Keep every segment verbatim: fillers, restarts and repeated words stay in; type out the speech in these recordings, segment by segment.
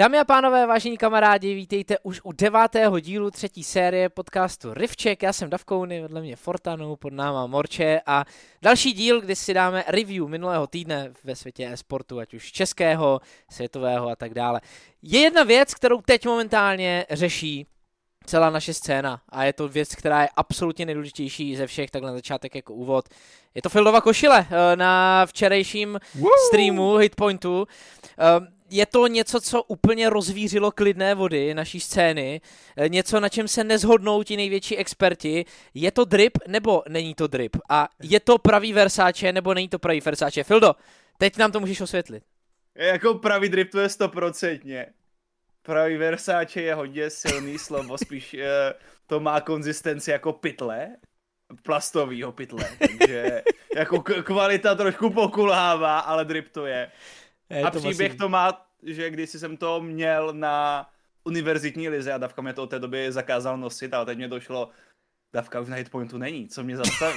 Dámy a pánové, vážení kamarádi, vítejte už u devátého dílu třetí série podcastu Rivček. Já jsem Davkouny, vedle mě Fortanu, pod náma Morče a další díl, kdy si dáme review minulého týdne ve světě e-sportu, ať už českého, světového a tak dále. Je jedna věc, kterou teď momentálně řeší celá naše scéna a je to věc, která je absolutně nejdůležitější ze všech, takhle na začátek jako úvod. Je to Fildova košile na včerejším Woo! streamu Hitpointu. Je to něco, co úplně rozvířilo klidné vody naší scény, něco, na čem se nezhodnou ti největší experti. Je to drip, nebo není to drip? A je to pravý Versace, nebo není to pravý Versace? Fildo, teď nám to můžeš osvětlit. Je jako pravý drip, to je stoprocentně. Pravý Versace je hodně silný slovo, spíš je, to má konzistenci jako pytle, plastovýho pytle, takže jako kvalita trošku pokulhává, ale drip to je. Je a to příběh masivní. To má, že když jsem to měl na univerzitní lize a Davka mě to od té doby zakázal nosit, ale teď mě došlo, Davka už na Hitpointu není, co mě zastaví.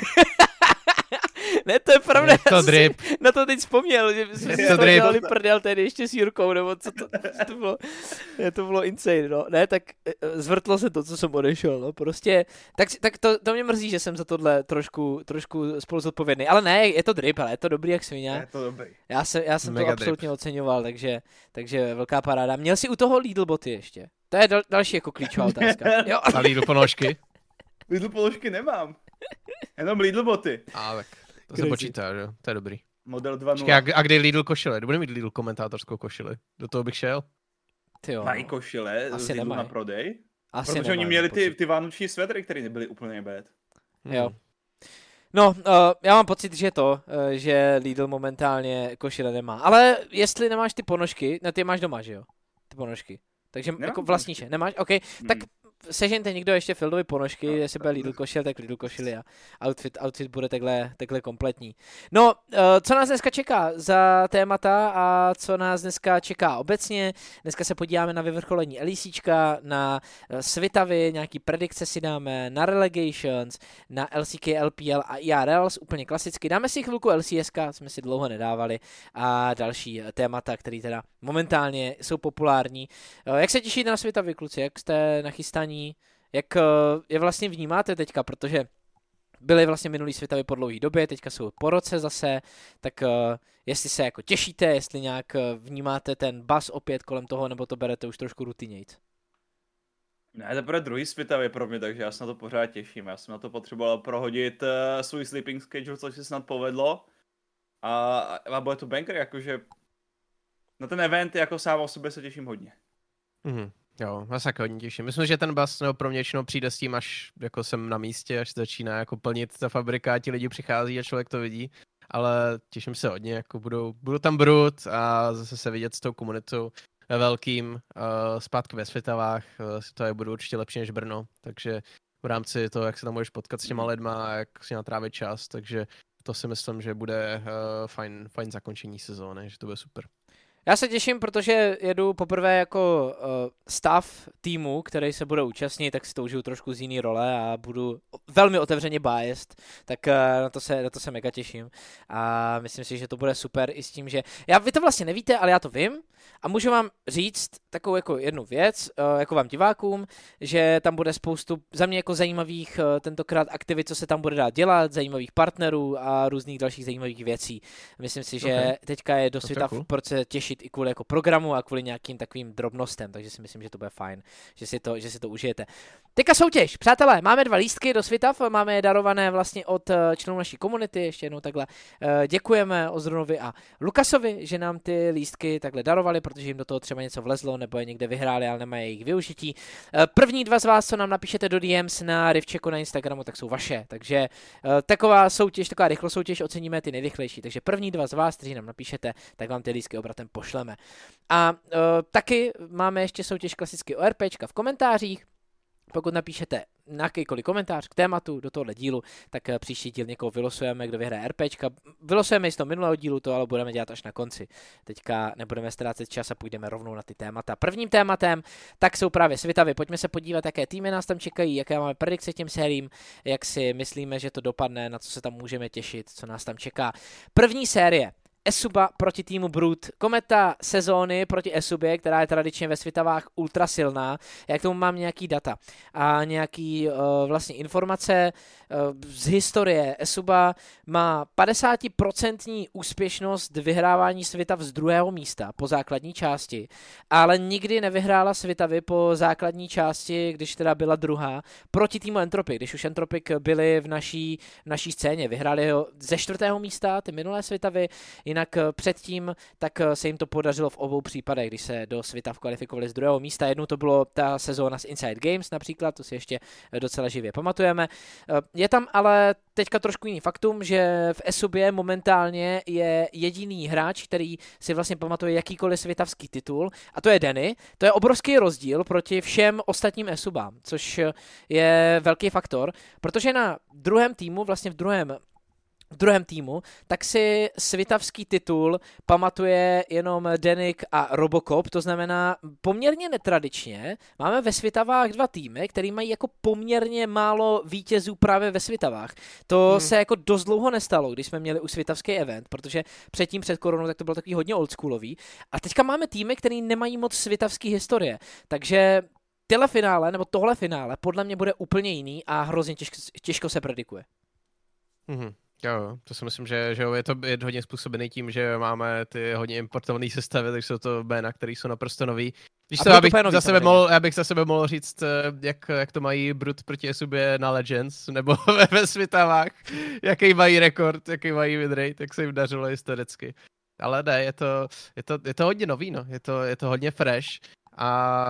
Ne, to je pravda, je to drip. Na to teď vzpomněl, že jsme si to dělali prdel tady ještě s Jurkou, nebo co to, to bylo, je, to bylo insane, no. Ne, tak zvrtlo se to, co jsem odešel, no, prostě, tak, tak to, to mě mrzí, že jsem za tohle trošku, trošku spolu zodpovědný, ale ne, je to drip, ale je to dobrý jak svině. Je to dobrý. Já, se, já jsem Mega to absolutně drip. oceňoval, takže, takže velká paráda. Měl jsi u toho Lidl boty ještě? To je dal, další jako klíčová otázka. Jo. A Lidl ponožky? Lidl ponožky nemám, jenom Lidl boty. A tak. To se počítá, že? To je dobrý. Model dva nula. Počkej, a, a kdy Lidl košile? Bude mít Lidl komentátorskou košili? Do toho bych šel? Tyjo. Mají košile z Lidlu na prodej? Asi protože nemají, oni měli ty, ty vánoční svetry, které nebyly úplně bad. Jo. No, uh, já mám pocit, že to, uh, že Lidl momentálně košile nemá. Ale jestli nemáš ty ponožky, no ty je máš doma, že jo? Ty ponožky. Takže nemám jako vlastníše, nemáš? OK, hmm. tak sežente někdo ještě Fildovi ponožky, no, jestli bude Lidl košil, tak Lidl košili a outfit, outfit bude takhle, takhle kompletní. No, uh, co nás dneska čeká za témata a co nás dneska čeká obecně? Dneska se podíváme na vyvrcholení LECčka, na uh, Svitavy, nějaký predikce si dáme, na Relegations, na L C K, L P L a I R Ls, úplně klasicky. Dáme si chvilku L C S K, jsme si dlouho nedávali a další uh, témata, které teda momentálně jsou populární. Uh, jak se těšíte na Svitavy, kluci? Jak jste nachystaní? Jak je vlastně vnímáte teďka, protože byly vlastně minulý Svitavy po dlouhé době, teďka jsou po roce zase, tak uh, jestli se jako těšíte, jestli nějak vnímáte ten buzz opět kolem toho, nebo to berete už trošku rutinějc? Ne, teprve druhý Svitavy pro mě, takže já se na to pořád těším. Já jsem na to potřeboval prohodit uh, svůj sleeping schedule, což se snad povedlo. A, a bude to banker, jakože na ten event jako sám o sobě se těším hodně. Mhm. Jo, já se jako hodně těším. Myslím, že ten bus no, pro mě většinou přijde s tím, až jako jsem na místě, až začíná jako plnit ta fabrika a ti lidi přichází a člověk to vidí. Ale těším se hodně, jako budou, budou tam brut a zase se vidět s tou komunitou ve velkým, uh, zpátky ve Svitavách, uh, to je budou určitě lepší než Brno, takže v rámci toho, jak se tam můžeš potkat s těma lidma a jak si natrávit čas, takže to si myslím, že bude uh, fajn, fajn zakončení sezóny, že to bude super. Já se těším, protože jedu poprvé jako uh, stav týmu, který se bude účastnit, tak si to užiju trošku z jiný role a budu velmi otevřeně biased, tak uh, na, to se, na to se mega těším a myslím si, že to bude super i s tím, že já, vy to vlastně nevíte, ale já to vím a můžu vám říct takovou jako jednu věc, uh, jako vám divákům, že tam bude spoustu za mě jako zajímavých uh, tentokrát aktivit, co se tam bude dát dělat, zajímavých partnerů a různých dalších zajímavých věcí. Myslím si, že okay. teďka je do Svitav cool. Proč se těšit i kvůli jako programu a kvůli nějakým takovým drobnostem, takže si myslím, že to bude fajn, že si to, že si to užijete. Teďka soutěž, přátelé, máme dva lístky do Svitav, máme je darované vlastně od členů naší komunity, ještě jednou takhle děkujeme Ozdrunovi a Lukasovi, že nám ty lístky takhle darovali, protože jim do toho třeba něco vlezlo, nebo je někde vyhráli, ale nemají jejich využití. První dva z vás, co nám napíšete do D Ms na Rivčeku na Instagramu, tak jsou vaše, takže taková soutěž, taková rychlo soutěž, oceníme ty nejrychlejší, takže první dva z vás, kteří nám napíšete, tak vám ty lístky obratem pošleme. A uh, taky máme ještě soutěž klasicky o RPčka v komentářích. Pokud napíšete nějakýkoliv komentář k tématu do tohohle dílu, tak uh, příští díl někoho vylosujeme, kdo vyhraje RPčka. Vylosujeme i z toho minulého dílu, to ale budeme dělat až na konci. Teďka nebudeme ztrácet čas a půjdeme rovnou na ty témata. Prvním tématem tak jsou právě Svitavy. Pojďme se podívat, jaké týmy nás tam čekají, jaké máme predikce těm sériím, jak si myslíme, že to dopadne, na co se tam můžeme těšit, co nás tam čeká. První série. Esuba proti týmu Brut. Kometa sezóny proti Esubě, která je tradičně ve světavách ultra silná. Já k tomu mám nějaký data a nějaký uh, vlastně informace uh, z historie. Esuba má padesát procent úspěšnost vyhrávání světav z druhého místa po základní části, ale nikdy nevyhrála světavy po základní části, když teda byla druhá, proti týmu Entropy, když už Entropic byli v naší, v naší scéně. Vyhráli ho ze čtvrtého místa, ty minulé světavy, jinak předtím tak se jim to podařilo v obou případech, když se do světav kvalifikovali z druhého místa. Jednou to bylo ta sezóna z Inside Games například, to si ještě docela živě pamatujeme. Je tam ale teďka trošku jiný faktum, že v Esubě momentálně je jediný hráč, který si vlastně pamatuje jakýkoliv světavský titul, a to je Danny. To je obrovský rozdíl proti všem ostatním Esubám, což je velký faktor, protože na druhém týmu, vlastně v druhém v druhém týmu, tak si světavský titul pamatuje jenom Danik a Robocop, to znamená poměrně netradičně. Máme ve světavách dva týmy, který mají jako poměrně málo vítězů právě ve světavách. To hmm. se jako dost dlouho nestalo, když jsme měli už světavský event, protože předtím před koronou tak to bylo takový hodně oldschoolový. A teďka máme týmy, který nemají moc světavský historie, takže tyhle finále, nebo tohle finále, podle mě bude úplně jiný a hrozně těžko, těžko se predikuje. Hmm. Jo, to si myslím, že, že je to je hodně způsobený tím, že máme ty hodně importované sestavy, takže jsou to jména, které jsou naprosto nový. Víš co, já bych, za sebe mohl, já bych za sebe mohl říct, jak, jak to mají Brut proti Esubě na Legends, nebo ve, ve světavách, jaký mají rekord, jaký mají winrate, jak se jim dařilo historicky. Ale ne, je to, je to, je to hodně nový, no. je, to, je to hodně fresh a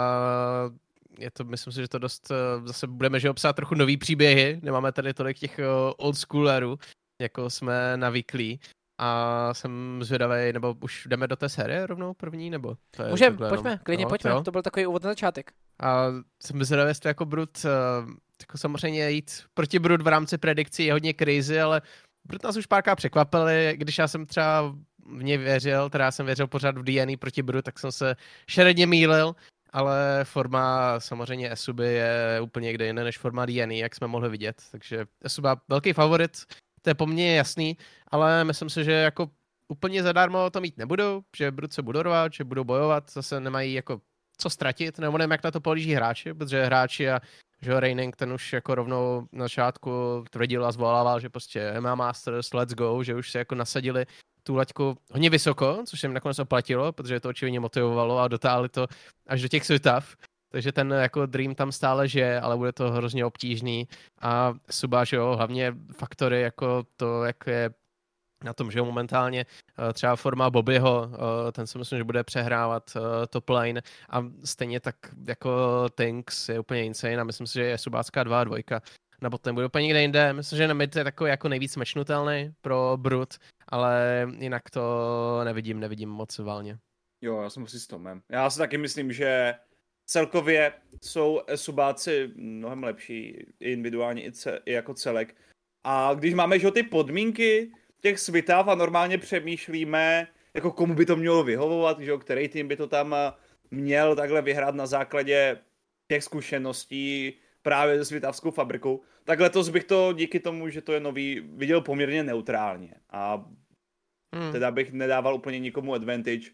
je to, myslím si, že to dost, zase budeme že obsát trochu nový příběhy, nemáme tady tolik těch old schoolerů, jako jsme navyklí, a jsem zvědavý, nebo už jdeme do té série rovnou první, nebo? Můžeme, pojďme, jenom, klidně no, pojďme, to? to byl takový úvod na začátek. A jsem zvědavý, jestli jako Brut, jako samozřejmě jít proti Brut v rámci predikcí je hodně crazy, ale Brut nás už párkrát překvapili, když já jsem třeba v ně věřil, teda jsem věřil pořád v D N A proti Brut, tak jsem se šeredně mýlil, ale forma samozřejmě Esuby je úplně někde jiné než forma D N A, jak jsme mohli vidět, takže Esuba velký favorit. To je po mně jasný, ale myslím si, že jako úplně zadarmo to mít nebudou, že Brut se budou rvat, že budou bojovat, zase nemají jako co ztratit, nebo nevím, jak na to pohlíží hráči, protože hráči a že Reining ten už jako rovnou na začátku tvrdil a zvolával, že prostě M M A Masters, let's go, že už se jako nasadili tu laťku hodně vysoko, což se jim nakonec oplatilo, protože to očividně motivovalo a dotáhli to až do těch světav. Takže ten jako dream tam stále žije, ale bude to hrozně obtížný. A Suba, že jo, hlavně faktory jako to, jak je na tom, že jo, momentálně třeba forma Bobbyho, ten si myslím, že bude přehrávat top lane a stejně tak jako Tanks je úplně insane a myslím si, že je subácká dva a dvojka. Na botem bude úplně někde jinde. Myslím, že na mid je takový jako nejvíc mečnutelný pro Brut, ale jinak to nevidím, nevidím moc válně. Jo, já jsem si s Tomem. Já si taky myslím, že celkově jsou subáci mnohem lepší individuálně i, ce, i jako celek. A když máme že, ty podmínky těch svitav a normálně přemýšlíme, jako komu by to mělo vyhovovat, že, který tým by to tam měl takhle vyhrát na základě těch zkušeností právě se svitavskou fabrikou, tak letos bych to díky tomu, že to je nový, viděl poměrně neutrálně. A hmm. teda bych nedával úplně nikomu advantage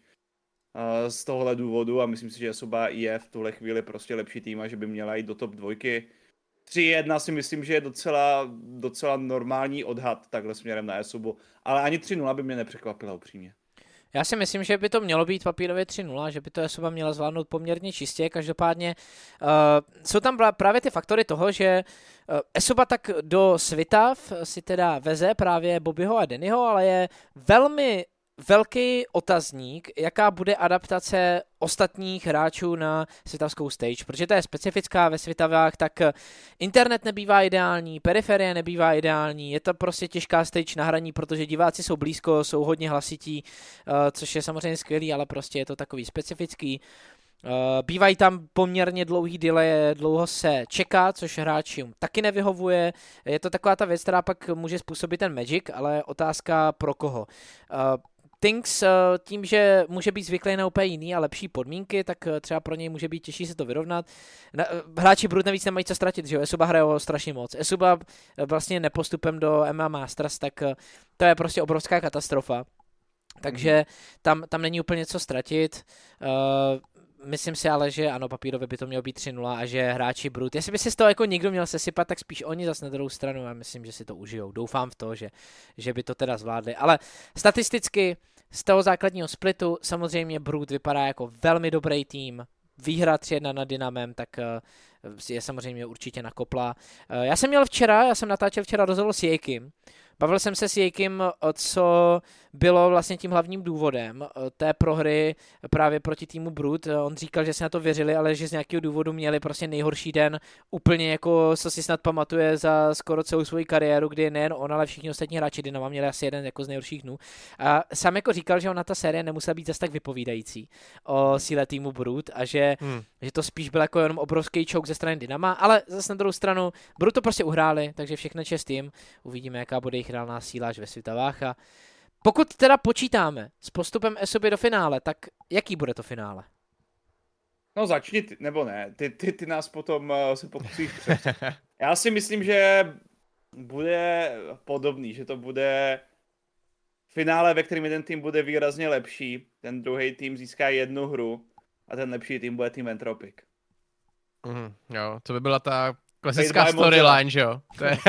z tohohle důvodu a myslím si, že Esuba je v tuhle chvíli prostě lepší tým a že by měla jít do top dvojky. tři jedna si myslím, že je docela, docela normální odhad takhle směrem na Esubu, ale ani tři nula by mě nepřekvapila upřímně. Já si myslím, že by to mělo být papírově tři nula, že by to Esuba měla zvládnout poměrně čistě, každopádně uh, jsou tam právě ty faktory toho, že uh, Esuba tak do svitav si teda veze právě Bobbyho a Dannyho, ale je velmi velký otazník, jaká bude adaptace ostatních hráčů na světavskou stage, protože to je specifická ve světavách, tak internet nebývá ideální, periferie nebývá ideální, je to prostě těžká stage na hraní, protože diváci jsou blízko, jsou hodně hlasití, což je samozřejmě skvělý, ale prostě je to takový specifický. Bývají tam poměrně dlouhý delay, dlouho se čeká, což hráčům taky nevyhovuje. Je to taková ta věc, která pak může způsobit ten magic, ale otázka pro koho. Tinks tím, že může být zvyklý na úplně jiný a lepší podmínky, tak třeba pro něj může být těžší se to vyrovnat. Hráči Brut navíc nemají co ztratit, že jo? Esuba hraje o strašně moc. Esuba vlastně nepostupem do M M A Masters, tak to je prostě obrovská katastrofa. takže tam, tam není úplně co ztratit. Uh, myslím si ale, že ano, papírově by to mělo být tři nula a že hráči Brut, jestli by si z toho jako někdo měl sesypat, tak spíš oni zas na druhou stranu, já myslím, že si to užijou. Doufám v to, že, že by to teda zvládli, ale statisticky z toho základního splitu samozřejmě Brut vypadá jako velmi dobrý tým. Výhra tři jedna nad Dynamem, tak je samozřejmě určitě nakopla. Já jsem měl včera, já jsem natáčel včera rozhovor s Jejkim. Bavil jsem se s Jejkim, co bylo vlastně tím hlavním důvodem té prohry právě proti týmu Brut. On říkal, že si na to věřili, ale že z nějakého důvodu měli prostě nejhorší den, úplně jako, co si snad pamatuje za skoro celou svou kariéru, kdy nejen on, ale všichni ostatní hráči Dynama měli asi jeden jako z nejhorších dnů. A sám jako říkal, že ona ta série nemusela být zase tak vypovídající o síle týmu Brut a že, hmm. že to spíš byl jako jenom obrovský choke ze strany Dynama, ale zase na druhou stranu Brut to prostě uhráli, takže všechno čest jim. Uvidíme, jaká bude jejich reálná síla až ve Svitavách. A pokud teda počítáme s postupem Esuby do finále, tak jaký bude to finále? No začni, ty, nebo ne, ty, ty, ty nás potom uh, se pokusíš před. Já si myslím, že bude podobný, že to bude finále, ve kterém jeden tým bude výrazně lepší, ten druhý tým získá jednu hru a ten lepší tým bude tým Entropic. Mm, jo, to by byla ta klasická storyline, že jo? To je,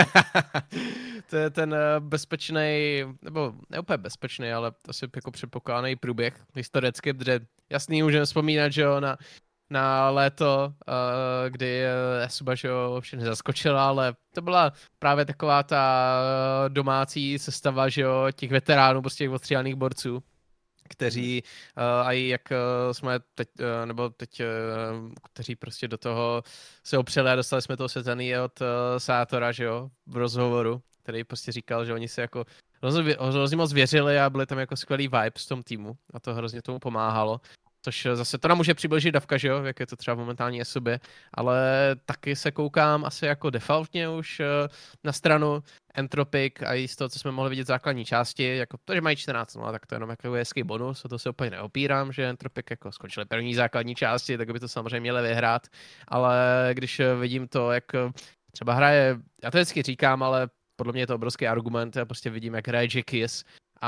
to je ten bezpečný, nebo ne úplně bezpečný, ale asi jako předpokládaný průběh historicky, protože jasný můžeme vzpomínat, že jo, na, na léto, uh, kdy Esuba, že jo, všechny zaskočila, ale to byla právě taková ta domácí sestava, že jo, těch veteránů, prostě těch odstřílených borců, kteří, uh, a jak uh, jsme teď, uh, nebo teď, uh, kteří prostě do toho se opřeli a dostali jsme to osvětlený od uh, Sátora, že jo, v rozhovoru, který prostě říkal, že oni se jako hrozně, hrozně moc věřili a byli tam jako skvělý vibes v tom týmu a to hrozně tomu pomáhalo. Což zase to nám může přiblížit Davka, že jo, jak je to třeba v momentální Esubě, ale taky se koukám asi jako defaultně už uh, na stranu Entropic a i z toho, co jsme mohli vidět v základní části, jako to, že mají čtrnáct nula, tak to je jenom jako hezký bonus, a to se úplně neopírám, že Entropic jako skončili první základní části, tak by to samozřejmě měli vyhrát, ale když vidím to, jak třeba hraje, já to vždycky říkám, ale podle mě je to obrovský argument, já prostě vidím, jak hraje Jackies,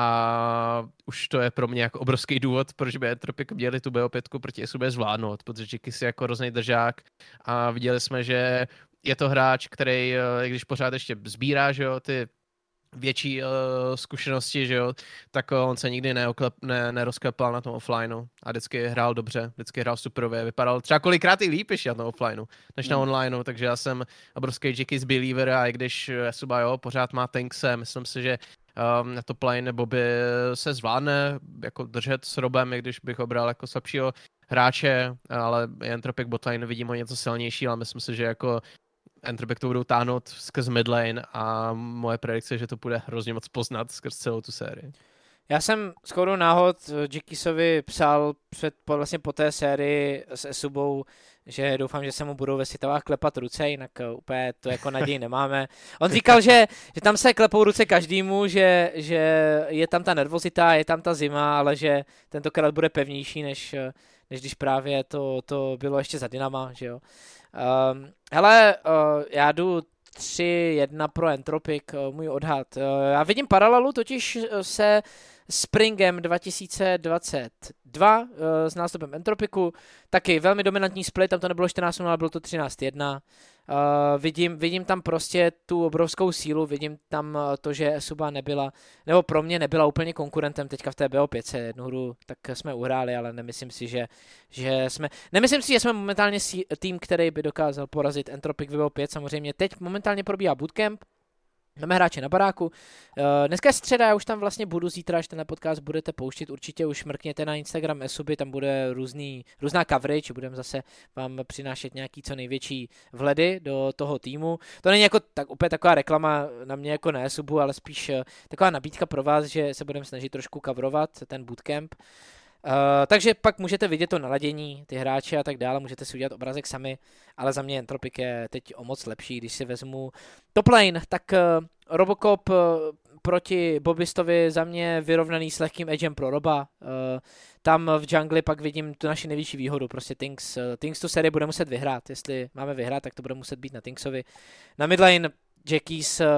a už to je pro mě jako obrovský důvod, proč by Entropic měli tu B O pět proti Esubě zvládnout, protože Jackies je jako hrozný držák a viděli jsme, že je to hráč, který, když pořád ještě sbírá, že jo, ty větší uh, zkušenosti, že jo, tak uh, on se nikdy neoklep, ne, nerozklepal na tom offlineu a vždycky hrál dobře, vždycky hrál superově, vypadal třeba kolikrát i líp ještě na tom offlineu, než na mm. onlineu, takže já jsem obrovský Jackies believer a i když Esuba, jo, pořád má tankse, myslím si, že um, na to play nebo by se zvládne jako držet s Robem, i když bych ho bral jako slabšího hráče, ale Entropic botlane vidím ho něco silnější, ale myslím si, že jako Entropic to budou táhnout skrz midlane a moje predikce je, že to bude hrozně moc poznat skrz celou tu sérii. Já jsem skoro náhod Jackiesovi psal před, vlastně po té sérii s Esubou, že doufám, že se mu budou ve Svitavách klepat ruce, jinak úplně to jako naději nemáme. On říkal, že, že tam se klepou ruce každému, že, že je tam ta nervozita, je tam ta zima, ale že tentokrát bude pevnější, než, než když právě to, to bylo ještě za Dynama, že jo. Um, hele, uh, já jdu tři jedna pro Entropic, uh, můj odhad. Uh, já vidím paralelu totiž se Springem dva tisíce dvacet dva uh, s nástupem Entropiku, taky velmi dominantní split, tam to nebylo čtrnáct nula, ale bylo to třináct jedna. Uh, vidím, vidím tam prostě tu obrovskou sílu, vidím tam uh, to, že Esuba nebyla, nebo pro mě nebyla úplně konkurentem teďka v té B O pět, jednu hru tak jsme uhráli, ale nemyslím si, že, že jsme, nemyslím si, že jsme momentálně sí, tým, který by dokázal porazit Entropic v B O pět, samozřejmě teď momentálně probíhá bootcamp, máme hráče na baráku. Dneska je středa, já už tam vlastně budu, zítra, až tenhle podcast budete pouštět, určitě už mrkněte na Instagram Esuby, tam bude různý, různá coverage, budeme zase vám přinášet nějaký co největší vhledy do toho týmu. To není jako tak, úplně taková reklama na mě jako na Esubu, ale spíš taková nabídka pro vás, že se budeme snažit trošku coverovat ten bootcamp. Uh, takže pak můžete vidět to naladění, ty hráče a tak dále, můžete si udělat obrázek sami, ale za mě Entropic je teď o moc lepší, když si vezmu top lane, tak uh, Robocop uh, proti Bobistovi za mě vyrovnaný s lehkým edgem pro Roba, uh, tam v jungli pak vidím tu naši největší výhodu, prostě Tinks, uh, Tinks tu sérii bude muset vyhrát, jestli máme vyhrát, tak to bude muset být na Tinksovi, na midlane Jackies, uh,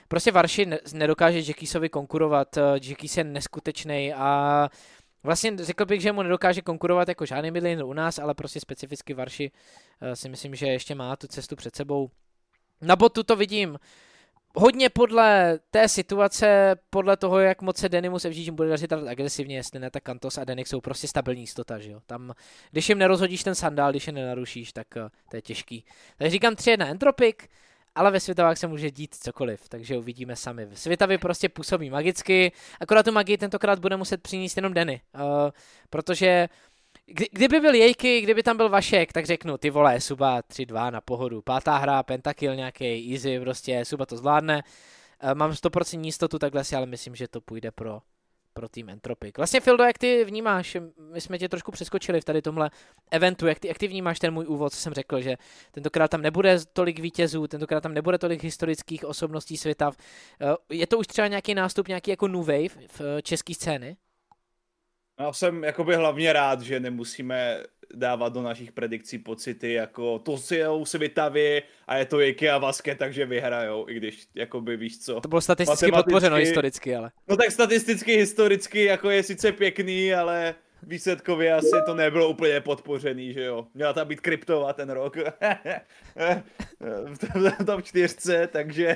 prostě Varši ne- nedokáže Jackiesovi konkurovat, Jackies je neskutečný a vlastně řekl bych, že mu nedokáže konkurovat jako žádný midlaner u nás, ale prostě specificky Varši si myslím, že ještě má tu cestu před sebou. Na botu to vidím hodně podle té situace, podle toho, jak moc se Denimu se vždyť bude dařit agresivně, jestli ne, tak Kantos a Denik jsou prostě stabilní jistota, že jo. Tam, když jim nerozhodíš ten sandál, když je nenarušíš, tak uh, to je těžký. Takže říkám tři jedna Entropic, ale ve světavách se může dít cokoliv, takže uvidíme sami. V Světavě prostě působí magicky, akorát tu magii tentokrát bude muset přinést jenom Denny, uh, protože Kdy, kdyby byl Jejky, kdyby tam byl Vašek, tak řeknu, ty vole, Suba tři dva na pohodu. Pátá hra, pentakill nějaký easy, prostě Suba to zvládne. E, mám sto procent jistotu takhle si, ale myslím, že to půjde pro, pro tým Entropic. Vlastně, Fildo, jak ty vnímáš, my jsme tě trošku přeskočili v tady tomhle eventu, jak ty, jak ty vnímáš ten můj úvod, co jsem řekl, že tentokrát tam nebude tolik vítězů, tentokrát tam nebude tolik historických osobností světa. E, je to už třeba nějaký nástup, nějaký jako new wave v české scény? Já jsem jakoby hlavně rád, že nemusíme dávat do našich predikcí pocity jako to jsou Svitavy a je to Jejky a Vaske, takže vyhrajou, i když jakoby víš co. To bylo statisticky podpořeno historicky, ale. No tak statisticky, historicky jako je sice pěkný, ale výsledkově asi to nebylo úplně podpořený, že jo. Měla tam být kryptova ten rok v tom čtyřce, takže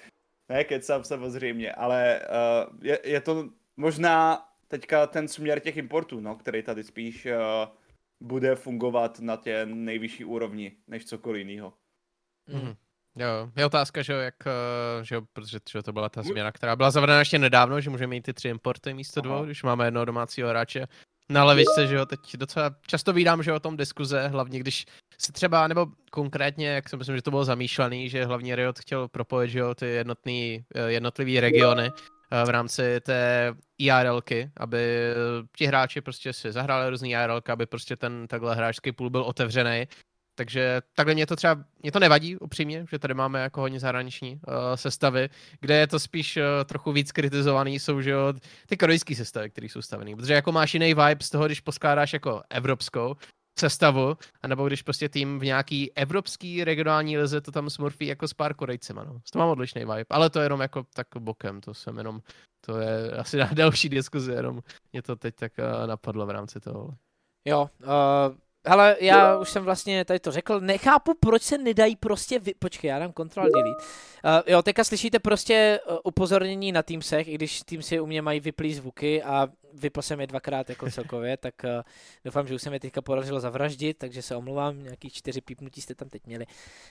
ne, kecám samozřejmě, ale uh, je, je to možná teďka ten směr těch importů, no, který tady spíš uh, bude fungovat na té nejvyšší úrovni, než cokoliv jiného. Mm. Jo, je otázka, že jo, jak, že jo, protože že to byla ta změna, která byla zavedena ještě nedávno, že můžeme mít ty tři importy místo dvou, když máme jednoho domácího hráče. Na levičce, že jo, teď docela často vídám, že o tom diskuze, hlavně když se třeba, nebo konkrétně, jak si myslím, že to bylo zamýšlený, že hlavně Riot chtěl propojit, že jo, ty jednotný, jednotlivý regiony v rámci té I R Lky, aby ti hráči prostě si zahráli různý I R Lky, aby prostě ten takhle hráčský půl byl otevřený. Takže takhle mě to třeba, mě to nevadí upřímně, že tady máme jako hodně zahraniční uh, sestavy, kde je to spíš uh, trochu víc kritizovaný, jsou že jo, ty korejský sestavy, které jsou stavený, protože jako máš jiný vibe z toho, když poskládáš jako evropskou sestavu, anebo když prostě tým v nějaký evropský regionální lize to tam smurfí jako s pár Korejcema, no. To mám odlišný vibe, ale to je jenom jako tak bokem, to jsem jenom, to je asi na další diskuzi, jenom mě to teď tak uh, napadlo v rámci toho. Jo, uh... Hele, já už jsem vlastně tady to řekl, nechápu, proč se nedají prostě vy... Počkej, já dám Control Delete. Uh, jo, teďka slyšíte prostě uh, upozornění na Teamsech, i když Teamsy u mě mají vyplý zvuky a vypl jsem je dvakrát jako celkově, tak uh, doufám, že už se mi teďka podařilo zavraždit, takže se omluvám, nějaký čtyři pípnutí jste tam teď měli.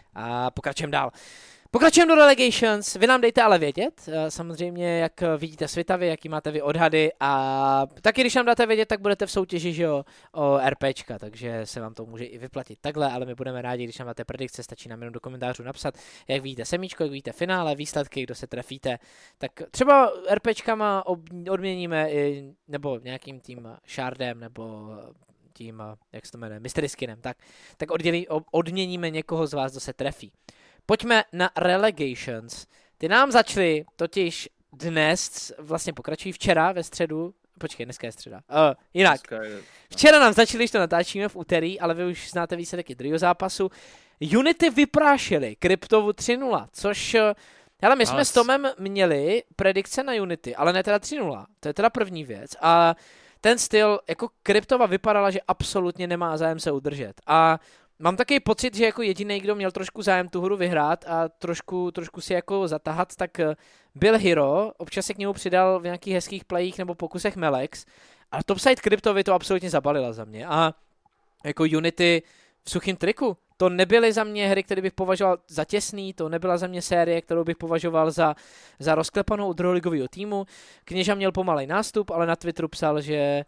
A pokračujeme dál. Pokračujeme do Relegations, vy nám dejte ale vědět, samozřejmě, jak vidíte Svitavy, jaký máte vy odhady a taky když nám dáte vědět, tak budete v soutěži, že jo, o RPčka, takže se vám to může i vyplatit takhle, ale my budeme rádi, když nám dáte predikce, stačí nám jenom do komentářů napsat, jak vidíte semíčko, jak vidíte finále, výsledky, kdo se trefíte, tak třeba RPčkama odměníme i, nebo nějakým tím shardem, nebo tím, jak se to jmenuje, mystery skinem, tak, tak oddělí, odměníme někoho z vás, kdo se trefí. Pojďme na Relegations. Ty nám začaly totiž dnes, vlastně pokračují včera ve středu, počkej, dneska je středa, uh, jinak. Včera nám začali, když to natáčíme v úterý, ale vy už znáte výsledky druhého zápasu. Unity vyprášili Kryptovu tři nula, což, hele, my jsme s Tomem měli predikce na Unity, ale ne teda tři nula, to je teda první věc a ten styl, jako Kryptova vypadala, že absolutně nemá zájem se udržet a mám takový pocit, že jako jediný, kdo měl trošku zájem tu hru vyhrát a trošku, trošku si jako zatahat, tak byl Hero, občas se k němu přidal v nějakých hezkých playích nebo pokusech Melex, ale Topside Kryptovi to absolutně zabalila za mě a jako Unity v suchým triku, to nebyly za mě hry, které bych považoval za těsný, to nebyla za mě série, kterou bych považoval za, za rozklepanou od druholigového týmu. Kněža měl pomalej nástup, ale na Twitteru psal, že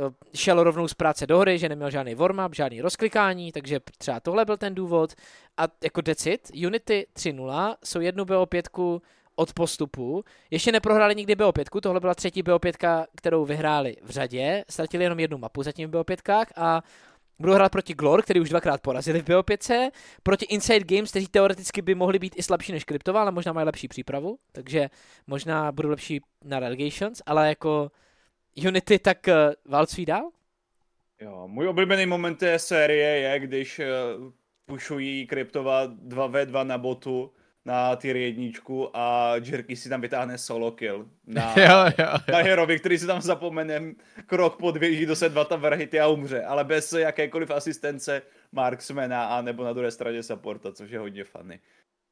šel rovnou z práce do hry, že neměl žádný warm-up, žádný rozklikání, takže třeba tohle byl ten důvod. A jako decit, Unity tři nula jsou jednu B O pět od postupu, ještě neprohráli nikdy B O pět, tohle byla třetí B O pět, kterou vyhráli v řadě, ztratili jenom jednu mapu zatím v B O pět a budou hrát proti Glor, který už dvakrát porazili v B O pět, proti Inside Games, kteří teoreticky by mohli být i slabší než Kryptova, ale možná mají lepší přípravu, takže možná budou lepší na Relegations, ale jako Unity, tak uh, válcují dál? Jo, můj oblíbený moment té série je, když uh, pushují Kryptova dva vé dva na botu na tier jedničku a Jerky si tam vytáhne solo kill na, jo, jo, jo. na herovi, který si tam zapomene krok pod věží do se dva tam vrhity a umře, ale bez jakékoliv asistence marksmana a nebo na druhé straně supporta, což je hodně funny.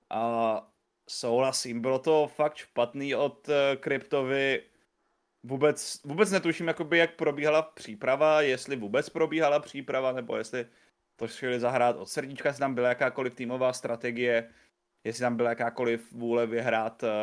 A souhlasím, bylo to fakt špatný od uh, Cryptovi. Vůbec, vůbec netuším, jakoby, jak probíhala příprava, jestli vůbec probíhala příprava, nebo jestli to chtěli zahrát od srdíčka, jestli tam byla jakákoliv týmová strategie, jestli tam byla jakákoliv vůle vyhrát uh,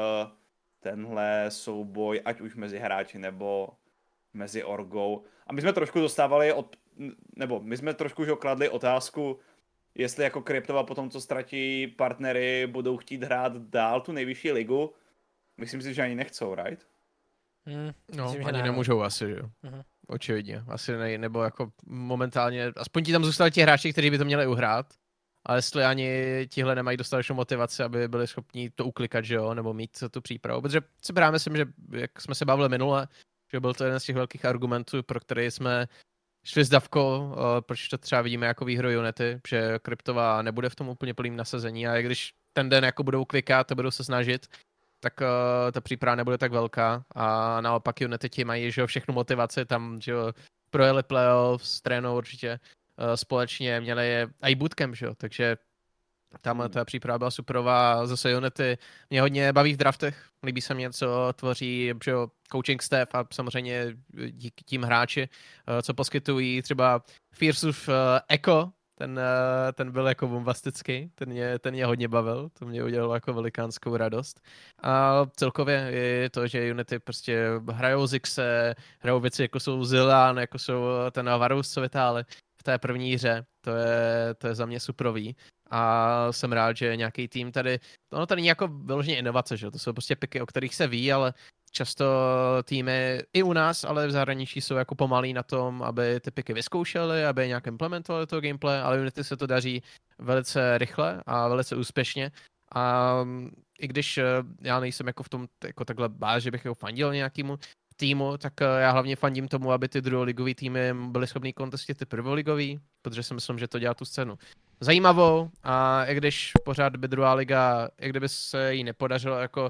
tenhle souboj, ať už mezi hráči nebo mezi orgou. A my jsme trošku dostávali, od, nebo my jsme trošku už okladli otázku, jestli jako Cryptova potom, co ztratí partnery, budou chtít hrát dál tu nejvyšší ligu. Myslím si, že ani nechcou, right? Hmm, No, myslím, ani ne, nemůžou asi, jo. Uh-huh. Očividně. Asi ne, nebo jako momentálně, aspoň ti tam zůstali ti hráči, kteří by to měli uhrát. A jestli ani tihle nemají dostatečnou motivaci, aby byli schopni to uklikat, že jo, nebo mít tu přípravu. Protože si právě myslím, že jak jsme se bavili minule, že byl to jeden z těch velkých argumentů, pro který jsme šli s Davko, proč to třeba vidíme jako výhru Unity, že Cryptova nebude v tom úplně plným nasazení a i když ten den jako budou klikat a budou se snažit, tak uh, ta příprava nebude tak velká a naopak Unity ti mají, že jo, všechnu motivaci tam, že jo, projeli playoffs, trénou určitě uh, společně, měli je i bootcamp, že jo, takže tam hmm. ta příprava byla superová, zase Unity mě hodně baví v draftech, líbí se mě, co tvoří, že jo, coaching staff a samozřejmě díky tím hráči, uh, co poskytují třeba Fierceův uh, Echo, ten, uh, ten byl jako bombastický, ten mě, ten mě hodně bavil, to mě udělalo jako velikánskou radost. A celkově je to, že Unity prostě hrajou Zixe, hrajou věci jako jsou Zilan, jako jsou ten Varus, co vytáhli v té první hře, to je, to je za mě superový. A jsem rád, že nějaký tým tady, ono tady není jako vyloženě inovace, že? To jsou prostě piky, o kterých se ví, ale často týmy i u nás, ale v zahraničí jsou jako pomalí na tom, aby ty piky vyzkoušeli, aby nějak implementovali to gameplay, ale Unity se to daří velice rychle a velice úspěšně. A i když já nejsem jako v tom jako takhle báz, že bych jako fandil nějakému týmu, tak já hlavně fandím tomu, aby ty druholigový týmy byly schopný kontestit ty prvoligový, protože si myslím, že to dělá tu scénu zajímavou a i když pořád by druhá liga, i kdyby se jí nepodařilo jako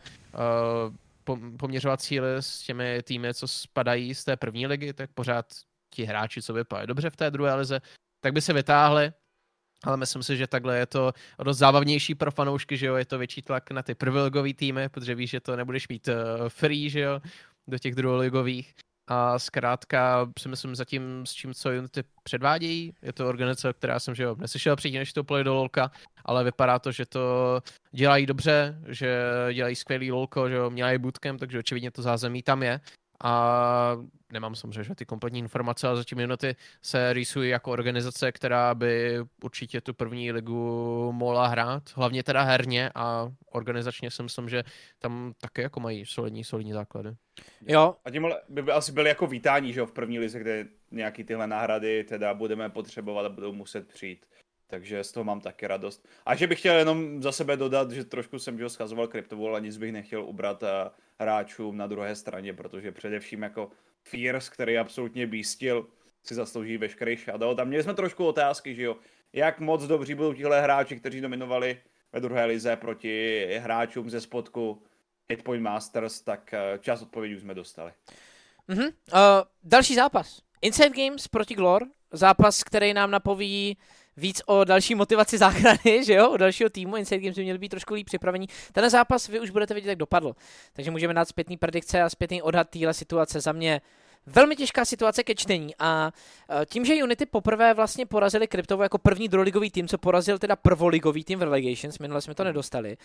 uh, poměřovat cíly s těmi týmy, co spadají z té první ligy, tak pořád ti hráči, co vypadají dobře v té druhé lize, tak by se vytáhli, ale myslím si, že takhle je to dost zábavnější pro fanoušky, že jo, je to větší tlak na ty prvoligový týmy, protože víš, že to nebudeš mít uh, free, že jo, do těch druholigových. A zkrátka si myslím zatím s čím, co Unity předvádějí. Je to organizace, která jsem, že jo, neslyšel předtím, než to play do LoLka, ale vypadá to, že to dělají dobře, že dělají skvělý LoLko, že jo, mělají bootcamp, takže očividně to zázemí tam je. A nemám samozřejmě ty kompletní informace, ale zatím Unity se rýsují jako organizace, která by určitě tu první ligu mohla hrát, hlavně teda herně a organizačně si myslím, že tam také jako mají solidní, solidní základy. Jo. A tím by asi byly jako vítání, že jo, v první lize, kde nějaký tyhle náhrady teda budeme potřebovat a budou muset přijít. Takže z toho mám taky radost. A že bych chtěl jenom za sebe dodat, že trošku jsem že schazoval Cryptovu, ale nic bych nechtěl ubrat hráčům na druhé straně, protože především jako Fierce, který absolutně bístil, si zaslouží veškerý shoutout. A měli jsme trošku otázky, že jo, jak moc dobří budou tihle hráči, kteří dominovali ve druhé lize proti hráčům ze spodku Hitpoint Masters, tak část odpovědí už jsme dostali. Mm-hmm. Uh, další zápas. Inside Games proti Glor. Zápas, který nám napoví víc o další motivaci záchrany, že jo, o dalšího týmu. Inside Games by měli být trošku líp připravení. Ten zápas vy už budete vidět, jak dopadl. Takže můžeme dát zpětný predikce a zpětný odhad téhle situace. Za mě velmi těžká situace ke čtení a tím, že Unity poprvé vlastně porazili Cryptovo jako první druholigový tým, co porazil teda prvoligový tým v Relegations, minule jsme to nedostali,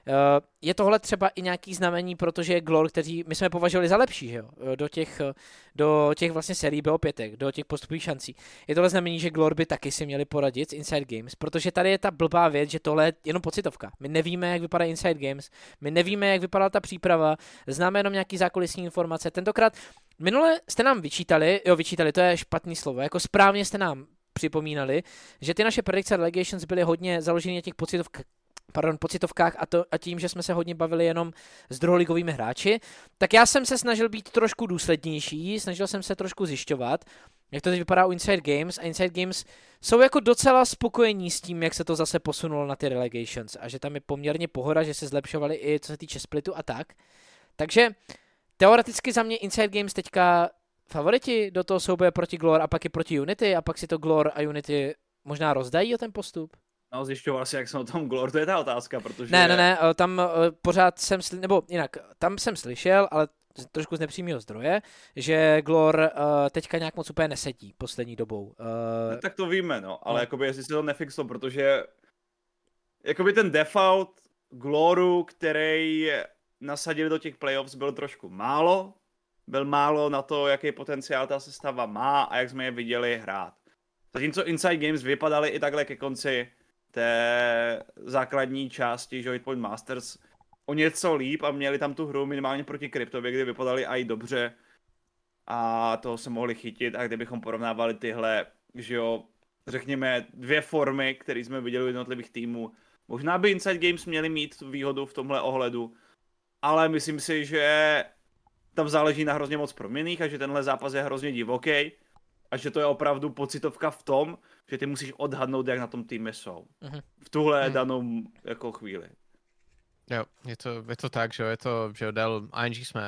je tohle třeba i nějaký znamení, protože Glor, kteří my jsme považovali za lepší, že jo, do těch, do těch vlastně sérií B O pět, do těch postupových šancí. Je tohle znamení, že Glor by taky si měli poradit s Inside Games, protože tady je ta blbá věc, že tohle je jenom pocitovka. My nevíme, jak vypadá Inside Games, my nevíme, jak vypadala ta příprava, známe jenom nějaký zákulisní informace. Tentokrát minule jste nám vyčítali, jo vyčítali, to je špatný slovo, jako správně jste nám připomínali, že ty naše predikce Relegations byly hodně založeny na těch pocitovkách, pardon, pocitovkách a, to, a tím, že jsme se hodně bavili jenom s druholigovými hráči, tak já jsem se snažil být trošku důslednější, snažil jsem se trošku zjišťovat, Jak to teď vypadá u Inside Games a Inside Games jsou jako docela spokojení s tím, jak se to zase posunulo na ty relegations a že tam je poměrně pohoda, že se zlepšovali i co se týče splitu a tak. Takže teoreticky za mě Inside Games teďka favoriti do toho souboje proti Glor a pak i proti Unity a pak si to Glor a Unity možná rozdají o ten postup. No, zjišťoval si, jak jsem o tom Glor, to je ta otázka, protože... Ne, ne, ne, tam pořád jsem, sli... nebo jinak, tam jsem slyšel, ale trošku z nepřímého zdroje, že Glor uh, teďka nějak moc úplně nesedí poslední dobou. Uh... No, tak to víme, no, ale no. Jakoby, jestli se to nefixlo, protože jakoby ten default Gloru, který nasadili do těch playoffs, byl trošku málo. Byl málo na to, jaký potenciál ta sestava má a jak jsme je viděli hrát. Zatímco Inside Games vypadaly i takhle ke konci té základní části Joint Point Masters o něco líp a měli tam tu hru minimálně proti Kryptově, kdy vypadali i dobře a toho se mohli chytit a kdybychom porovnávali tyhle, že jo, řekněme dvě formy, které jsme viděli u jednotlivých týmů, možná by Inside Games měli mít výhodu v tomhle ohledu, ale myslím si, že tam záleží na hrozně moc proměnných a že tenhle zápas je hrozně divoký a že to je opravdu pocitovka v tom, že ty musíš odhadnout, jak na tom týmě jsou. Uh-huh. V tuhle uh-huh. danou jako chvíli. Jo, je to, je to tak, že jo, je to, že jo, del, I N G jsme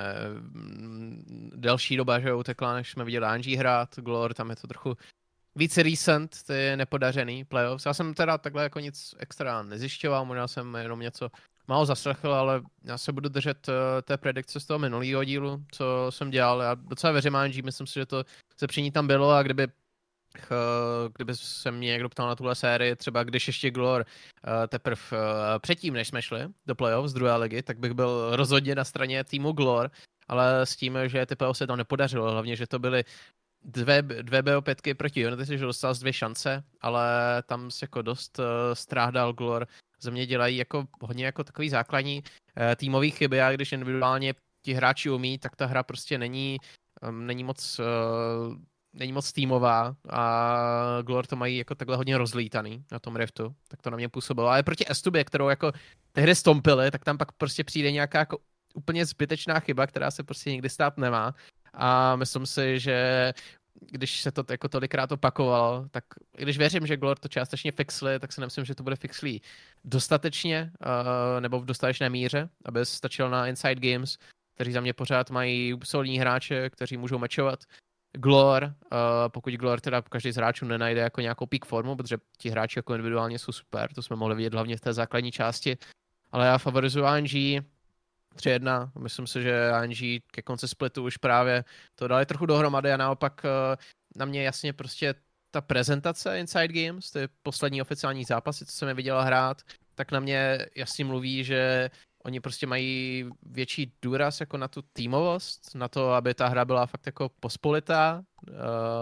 delší doba, že jo, utekla, než jsme viděli I N G hrát, Glor, tam je to trochu více recent, ty nepodařený playoffs. Já jsem teda takhle jako nic extra nezjišťoval, možná jsem jenom něco málo zaslechl, ale já se budu držet uh, té predikce z toho minulého dílu, co jsem dělal. Já docela věřím I N G, myslím si, že to zlepšení tam bylo a kdyby uh, kdyby se mě někdo ptal na tuhle sérii, třeba když ještě Glor uh, teprve uh, předtím, než jsme šli do playoff z druhé ligy, tak bych byl rozhodně na straně týmu Glor, ale s tím, že ty playoff se tam nepodařilo, hlavně, že to byly dvě, dvě B O pět proti Unity, že dostal z dvě šance, ale tam se jako dost uh, stráhdal Glor. Za mě dělají jako hodně jako takový základní uh, týmový chyby a když individuálně ti hráči umí, tak ta hra prostě není, um, není moc uh, není moc týmová a Glor to mají jako takhle hodně rozlítaný na tom Riftu, tak to na mě působilo. Ale proti Estubě, kterou jako tehdy stompili, tak tam pak prostě přijde nějaká jako úplně zbytečná chyba, která se prostě nikdy stát nemá. A myslím si, že když se to jako tolikrát opakovalo, tak i když věřím, že Glor to částečně fixli, tak si nemyslím, že to bude fixlý dostatečně uh, nebo v dostatečné míře, aby stačilo na Inside Games, kteří za mě pořád mají solidní hráče, kteří můžou mečovat. Glor, uh, pokud Glor teda každý z hráčů nenajde jako nějakou peak formu, protože ti hráči jako individuálně jsou super, to jsme mohli vidět hlavně v té základní části, ale já favorizuji I N G tři jedna, myslím si, že I N G ke konci splitu už právě to dali trochu dohromady a naopak uh, na mě jasně prostě ta prezentace Inside Games, ty poslední oficiální zápasy, co jsem je viděla hrát, tak na mě jasně mluví, že oni prostě mají větší důraz jako na tu týmovost, na to, aby ta hra byla fakt jako pospolitá uh,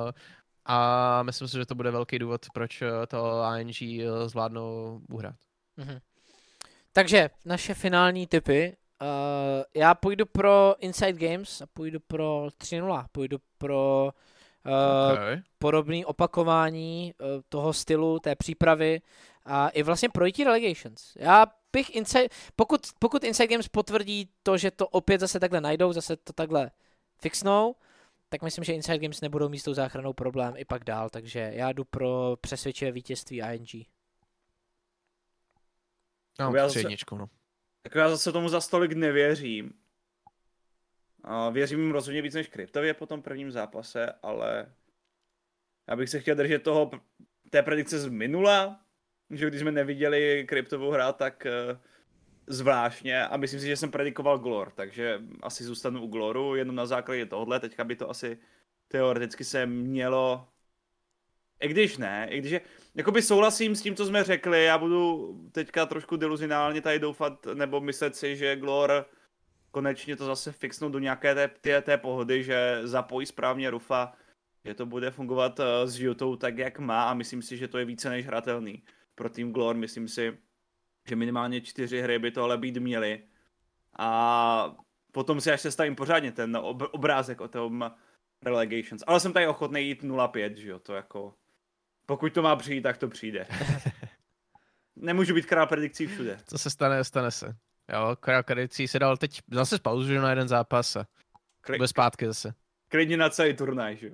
a myslím si, že to bude velký důvod, proč to I N G zvládnou uhrát. Mhm. Takže naše finální tipy. Uh, já půjdu pro Inside Games a půjdu pro tři nula. Půjdu pro uh, okay. podobné opakování uh, toho stylu, té přípravy a i vlastně projití relegations. Já bych Inside, pokud, pokud Inside Games potvrdí to, že to opět zase takhle najdou, zase to takhle fixnou, tak myslím, že Inside Games nebudou mít s tou záchranou problém i pak dál, takže já jdu pro přesvědčivé vítězství I N G. No, středničku, no. Tak já zase tomu za stolik nevěřím. A věřím jim rozhodně víc než Kryptově po tom prvním zápase, ale já bych se chtěl držet toho, té predikce z minula, že když jsme neviděli Kryptovou hrát, tak uh, zvláštně a myslím si, že jsem predikoval Glor, takže asi zůstanu u Gloru, jenom na základě tohohle, teďka by to asi teoreticky se mělo, i když ne, i když je, jakoby souhlasím s tím, co jsme řekli, já budu teďka trošku deluzinálně tady doufat, nebo myslet si, že Glor konečně to zase fixnou do nějaké té, té, té pohody, že zapojí správně Rufa, že to bude fungovat uh, s Jutou tak, jak má a myslím si, že to je více než hratelný pro tým Glor, myslím si, že minimálně čtyři hry by to ale být měly a potom si až sestavím pořádně ten ob- obrázek o tom relegations, ale jsem tady ochotný jít nula pět, že jo, to jako, pokud to má přijít, tak to přijde. Nemůžu být král predikcí všude. Co se stane, stane se. Jo, král predikcí se dal teď zase pauzu na jeden zápas a Kli- bude zpátky zase. Klidně na celý turnaj, že jo.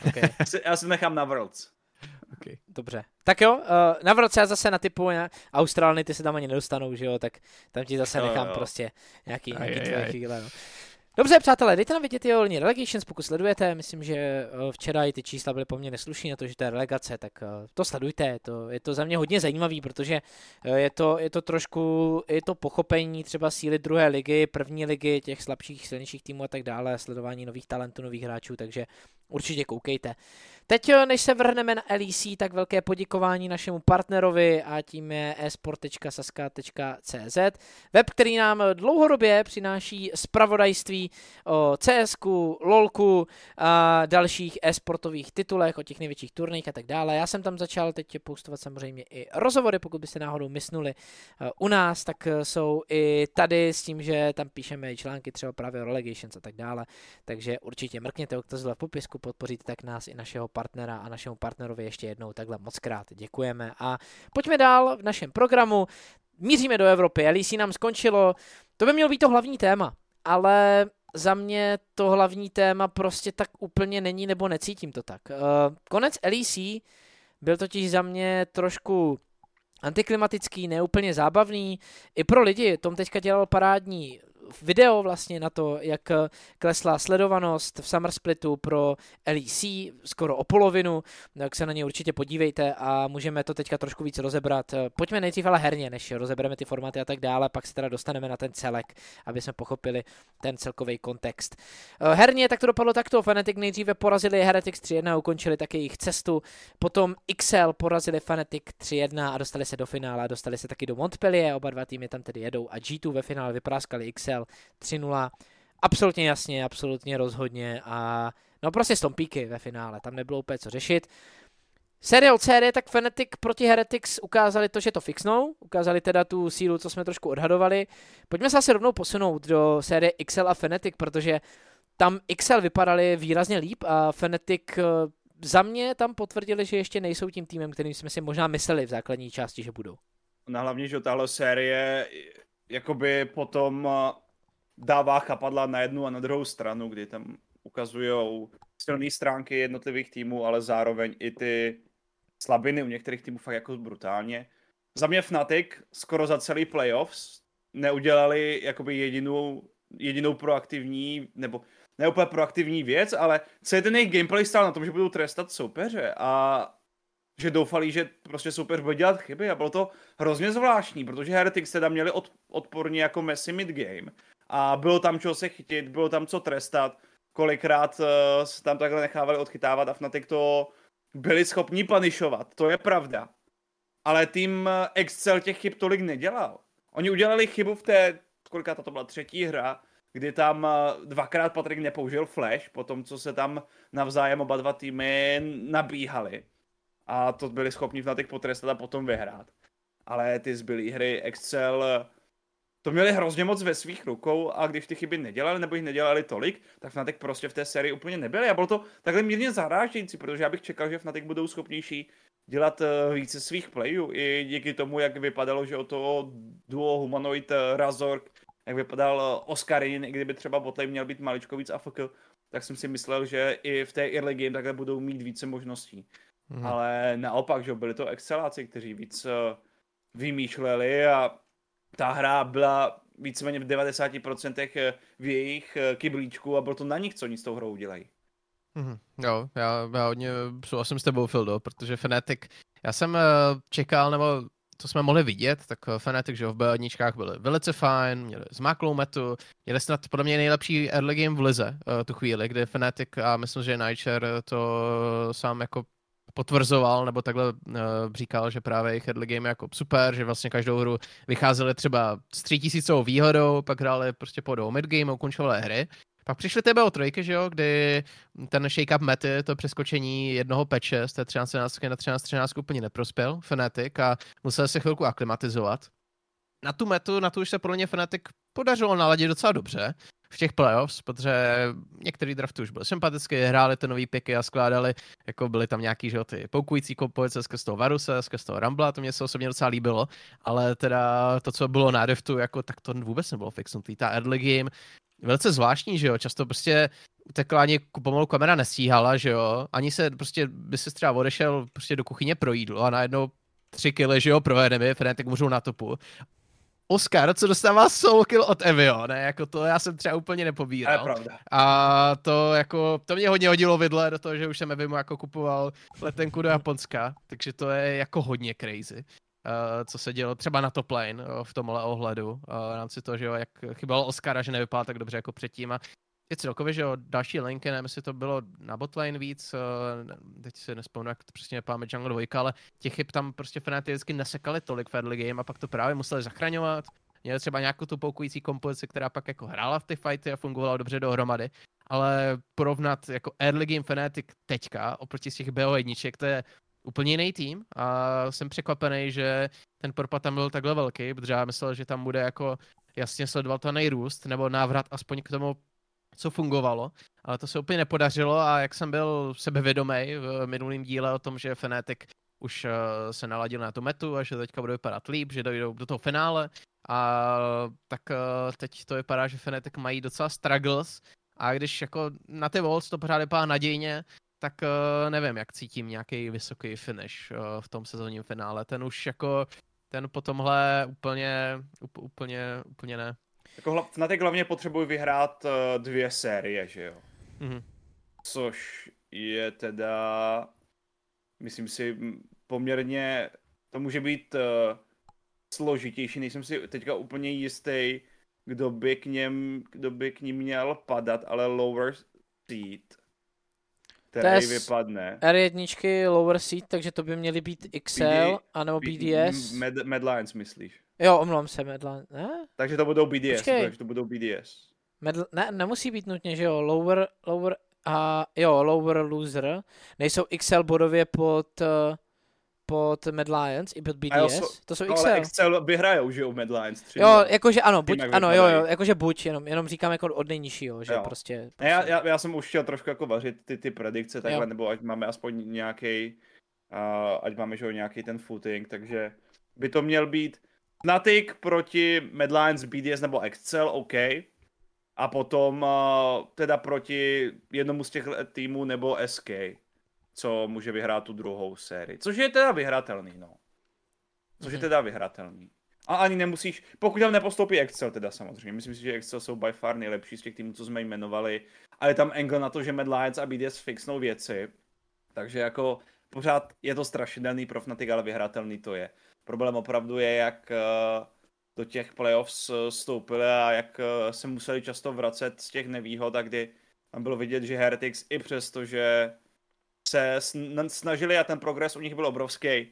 Okay. Já si nechám na Worlds. Okay. Dobře. Tak jo, uh, na Worlds já zase natypuji na Austrálny, ty se tam ani nedostanou, že jo, tak tam ti zase nechám jo, jo. prostě nějaký, nějaký tvoje chvíle, no. Dobře, přátelé, dejte nám vidět jeho Relegations, pokud sledujete, myslím, že včera i ty čísla byly poměrně slušný na to, že to je relegace, tak to sledujte, to, je to za mě hodně zajímavý, protože je to, je to trošku, je to pochopení třeba síly druhé ligy, první ligy, těch slabších, silnějších týmů a tak dále, sledování nových talentů, nových hráčů, takže určitě koukejte. Teď, než se vrhneme na L E C, tak velké poděkování našemu partnerovi a tím je esport tečka saska tečka cé zet, web, který nám dlouhodobě přináší zpravodajství o CSku, LOLku a dalších e-sportových titulech, o těch největších turnajích a tak dále. Já jsem tam začal teď postovat samozřejmě i rozhovory, pokud byste náhodou mysnuli u nás, tak jsou i tady s tím, že tam píšeme i články třeba právě o Relegations a tak dále, takže určitě mrkněte odkaz v popisku, podpoříte tak nás i našeho partnera a našemu partnerovi ještě jednou takhle moc krát děkujeme. A pojďme dál v našem programu, míříme do Evropy, L E C nám skončilo, to by mělo být to hlavní téma, ale za mě to hlavní téma prostě tak úplně není, nebo necítím to tak. Konec L E C byl totiž za mě trošku antiklimatický, neúplně zábavný, i pro lidi, Tom teďka dělal parádní video vlastně na to, jak klesla sledovanost v Summer Splitu pro L E C skoro o polovinu, tak se na ně určitě podívejte a můžeme to teďka trošku víc rozebrat. Pojďme nejdřív ale herně, než rozebereme ty formáty a tak dále, pak se teda dostaneme na ten celek, aby jsme pochopili ten celkový kontext. Herně tak to dopadlo takto, Fnatic nejdříve porazili Heretics tři jedna, ukončili taky jejich cestu, potom X L porazili Fnatic tři jedna a dostali se do finále, dostali se taky do Montpellier, oba dva týmy tam tedy jedou a G dva ve finále vypráskali X L tři nula, absolutně jasně, absolutně rozhodně a no prostě stompíky ve finále, tam nebylo úplně co řešit. Série od série, tak Fnatic proti Heretics ukázali to, že to fixnou, ukázali teda tu sílu, co jsme trošku odhadovali. Pojďme se asi rovnou posunout do série X L a Fnatic, protože tam X L vypadali výrazně líp a Fnatic za mě tam potvrdili, že ještě nejsou tím týmem, kterým jsme si možná mysleli v základní části, že budou. No hlavně, že tahle série jakoby potom dává chapadla na jednu a na druhou stranu, kdy tam ukazujou silné stránky jednotlivých týmů, ale zároveň i ty slabiny u některých týmů fakt jako brutálně. Za mě Fnatic skoro za celý playoffs neudělali jakoby jedinou, jedinou proaktivní, nebo ne úplně proaktivní věc, ale celý ten jejich gameplay stál na tom, že budou trestat soupeře a že doufali, že prostě soupeř bude dělat chyby a bylo to hrozně zvláštní, protože Heretics teda měli od, odporně jako messy mid-game a bylo tam čeho se chytit, bylo tam co trestat, kolikrát uh, se tam takhle nechávali odchytávat a Fnatic to byli schopni punišovat, to je pravda. Ale tým Excel těch chyb tolik nedělal. Oni udělali chybu v té, koliká to byla třetí hra, kdy tam dvakrát Patrik nepoužil flash, po tom, co se tam navzájem oba dva týmy nabíhali. A to byli schopni Fnatic potrestat a potom vyhrát. Ale ty zbylý hry Excel to měli hrozně moc ve svých rukou a když ty chyby nedělali nebo jich nedělali tolik, tak Fnatic prostě v té sérii úplně nebyli. A bylo to takhle mírně zarážející, protože já bych čekal, že Fnatic budou schopnější dělat více svých playů. I díky tomu, jak vypadalo, že o toho duo Humanoid Razork, jak vypadal Oscarin, i kdyby třeba botlane měl být maličko víc A F K, tak jsem si myslel, že i v té early game takhle budou mít více možností. Hmm. Ale naopak, že byli to exceláci, kteří víc vymýšleli a ta hra byla víceméně v devadesát procent v jejich kyblíčku a bylo to na nich, co oni s tou hrou dělají. Mm-hmm. Jo, já, já hodně souhlasím s tebou, Fildo, protože Fnatic, já jsem čekal, nebo to jsme mohli vidět, tak Fnatic, že v B jedničkách byli velice fajn, měli zmáklou metu, měli snad podle mě nejlepší early game v lize tu chvíli, kdy Fnatic a myslím, že Nightshare to sám jako potvrzoval, nebo takhle uh, říkal, že právě jejich early game je jako super, že vlastně každou hru vycházeli třeba s třítisícovou výhodou, pak hráli prostě po mid-game, ukončovali hry. Pak přišly T B O tři, že jo, kdy ten shake-up mety, to přeskočení jednoho peče z té třináct třináct na třináct třináct úplně neprospěl Fnatic a musel se chvilku aklimatizovat. Na tu metu, na tu už se podle mě Fnatic podařilo naladit docela dobře v těch playoffs, protože některý drafty už byly sympatické, hráli ty nový piky a skládali, jako byly tam nějaký, že jo, ty poukující kompozice skrz toho Varuse, skrz toho Rambla, to mě se osobně docela líbilo, ale teda to, co bylo na draftu, jako tak to vůbec nebylo fixnutý. Ta early game, velice zvláštní, že jo, často prostě utekla ani pomalu kamera nestíhala, že jo, ani se prostě by se třeba odešel prostě do kuchyně pro jídlo a najednou tři kily, že jo, pro enemy, Fnatic můžou na topu. Oscar, co dostává soul kill od Evio, ne, jako to já jsem třeba úplně nepobíral. To je pravda. A to jako, to mě hodně hodilo vidle do toho, že už jsem Evimu jako kupoval letenku do Japonska, takže to je jako hodně crazy. Uh, co se dělo třeba na top lane uh, v tomhle ohledu, uh, v rámci toho, že jo, jak chybalo Oscara, že nevypadal tak dobře jako předtím a je celkově, že jo, další linky, nevím, jestli to bylo na botlane víc, uh, teď si nespomenu, jak to přesně nepáme Jungle dva, ale těch chyb tam prostě Fnatic vždycky nesekali tolik v early game a pak to právě museli zachraňovat. Měli třeba nějakou tu poukující kompozici, která pak jako hrála v ty fighty a fungovala dobře dohromady, ale porovnat jako early game Fnatic teďka oproti z těch B O jedna, to je úplně jiný tým a jsem překvapený, že ten propad tam byl takhle velký, protože já myslel, že tam bude jako jasně sledovatelný růst nebo návrat aspoň k tomu, co fungovalo, ale to se úplně nepodařilo a jak jsem byl sebevědomý v minulém díle o tom, že Fnatic už uh, se naladil na tu metu a že teďka bude vypadat líp, že dojdou do toho finále a tak uh, teď to vypadá, že Fnatic mají docela struggles a když jako na ty Wolves to pořád vypadá nadějně, tak uh, nevím, jak cítím nějaký vysoký finish uh, v tom sezónním finále. Ten už jako, ten po tomhle úplně, up, úplně, úplně ne. Jako Fnatic hlavně potřebují vyhrát uh, dvě série, že jo? Mm-hmm. Což je teda, myslím si, poměrně, to může být uh, složitější, nejsem si teďka úplně jistý, kdo by k něm, kdo by k ním měl padat, ale lower seed, který vypadne. R jedna lower seed, takže to by měly být X L, anebo B D S. Mad, Mad Lions, myslíš? Jo, omlouvám se, Mad Lions, ne? Takže to budou B D S, Počkej. takže to budou B D S. Mad, ne, nemusí být nutně, že jo, lower, lower, a jo, lower loser, nejsou X L bodově pod, uh, pod Mad Lions i pod B D S, jo, to jsou no, X L. Ale X L vyhrajou, že jo, Mad Lions tři. Jo, jakože ano, buď, jak ano, jo, jo, jakože buď, jenom, jenom říkám jako od nejnižšího, že jo. prostě. prostě. Já, já, já jsem už chtěl trošku jako vařit ty, ty predikce takhle, jo. nebo ať máme aspoň nějaký, uh, ať máme, že jo, nějaký ten footing, takže by to měl být Fnatic proti Mad Lions, B D S nebo X L, OK. A potom uh, teda proti jednomu z těch týmů nebo S K, co může vyhrát tu druhou sérii. Což je teda vyhratelný, no. Což mm-hmm. je teda vyhratelný. A ani nemusíš, pokud tam nepostoupí Excel teda samozřejmě. Myslím si, že Excel jsou by far nejlepší z těch týmů, co jsme jmenovali. A je tam angle na to, že Mad Lions a B D S fixnou věci. Takže jako pořád je to strašidelný pro Fnatic, ale vyhratelný to je. Problém opravdu je, jak uh, do těch playoffs stoupili a jak uh, se museli často vracet z těch nevýhod, a kdy tam bylo vidět, že Heretics i přesto, že se snažili a ten progres u nich byl obrovský,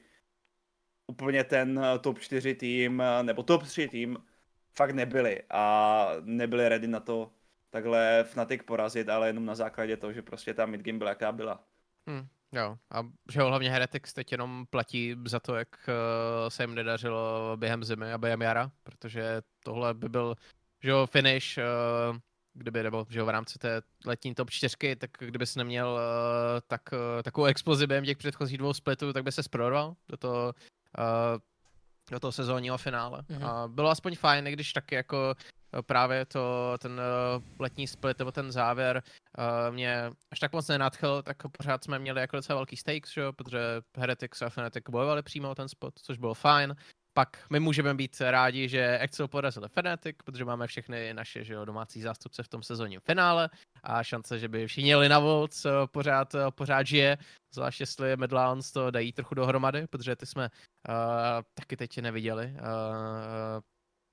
úplně ten top čtyři tým, nebo top tři tým fakt nebyli a nebyli ready na to takhle Fnatic porazit, ale jenom na základě toho, že prostě ta midgame byla jaká byla. Hmm, jo, a že hlavně Heretics teď jenom platí za to, jak uh, se jim nedařilo během zimy a během jara, protože tohle by byl, že jo, finish, uh, kdyby nebo že jo, v rámci té letní top čtyřky, tak kdyby jsi neměl uh, tak, uh, takovou explozi během těch předchozích dvou splitů, tak by se sproroval do toho Uh, do toho sezónního finále. Mm-hmm. A bylo aspoň fajn, i když taky jako právě to, ten uh, letní split nebo ten závěr uh, mě až tak moc nenadchl, tak pořád jsme měli jako docela velký stakes, že? Protože Heretics a Fnatic bojovali přímo o ten spot, což bylo fajn. Pak my můžeme být rádi, že Excel porazili Fnatic, protože máme všechny naše, že jo, domácí zástupce v tom sezónním finále a šance, že by všichni jeli na Volc, pořád, pořád žije, zvlášť jestli Mad Lions to dají trochu dohromady, protože ty jsme uh, taky teď neviděli uh,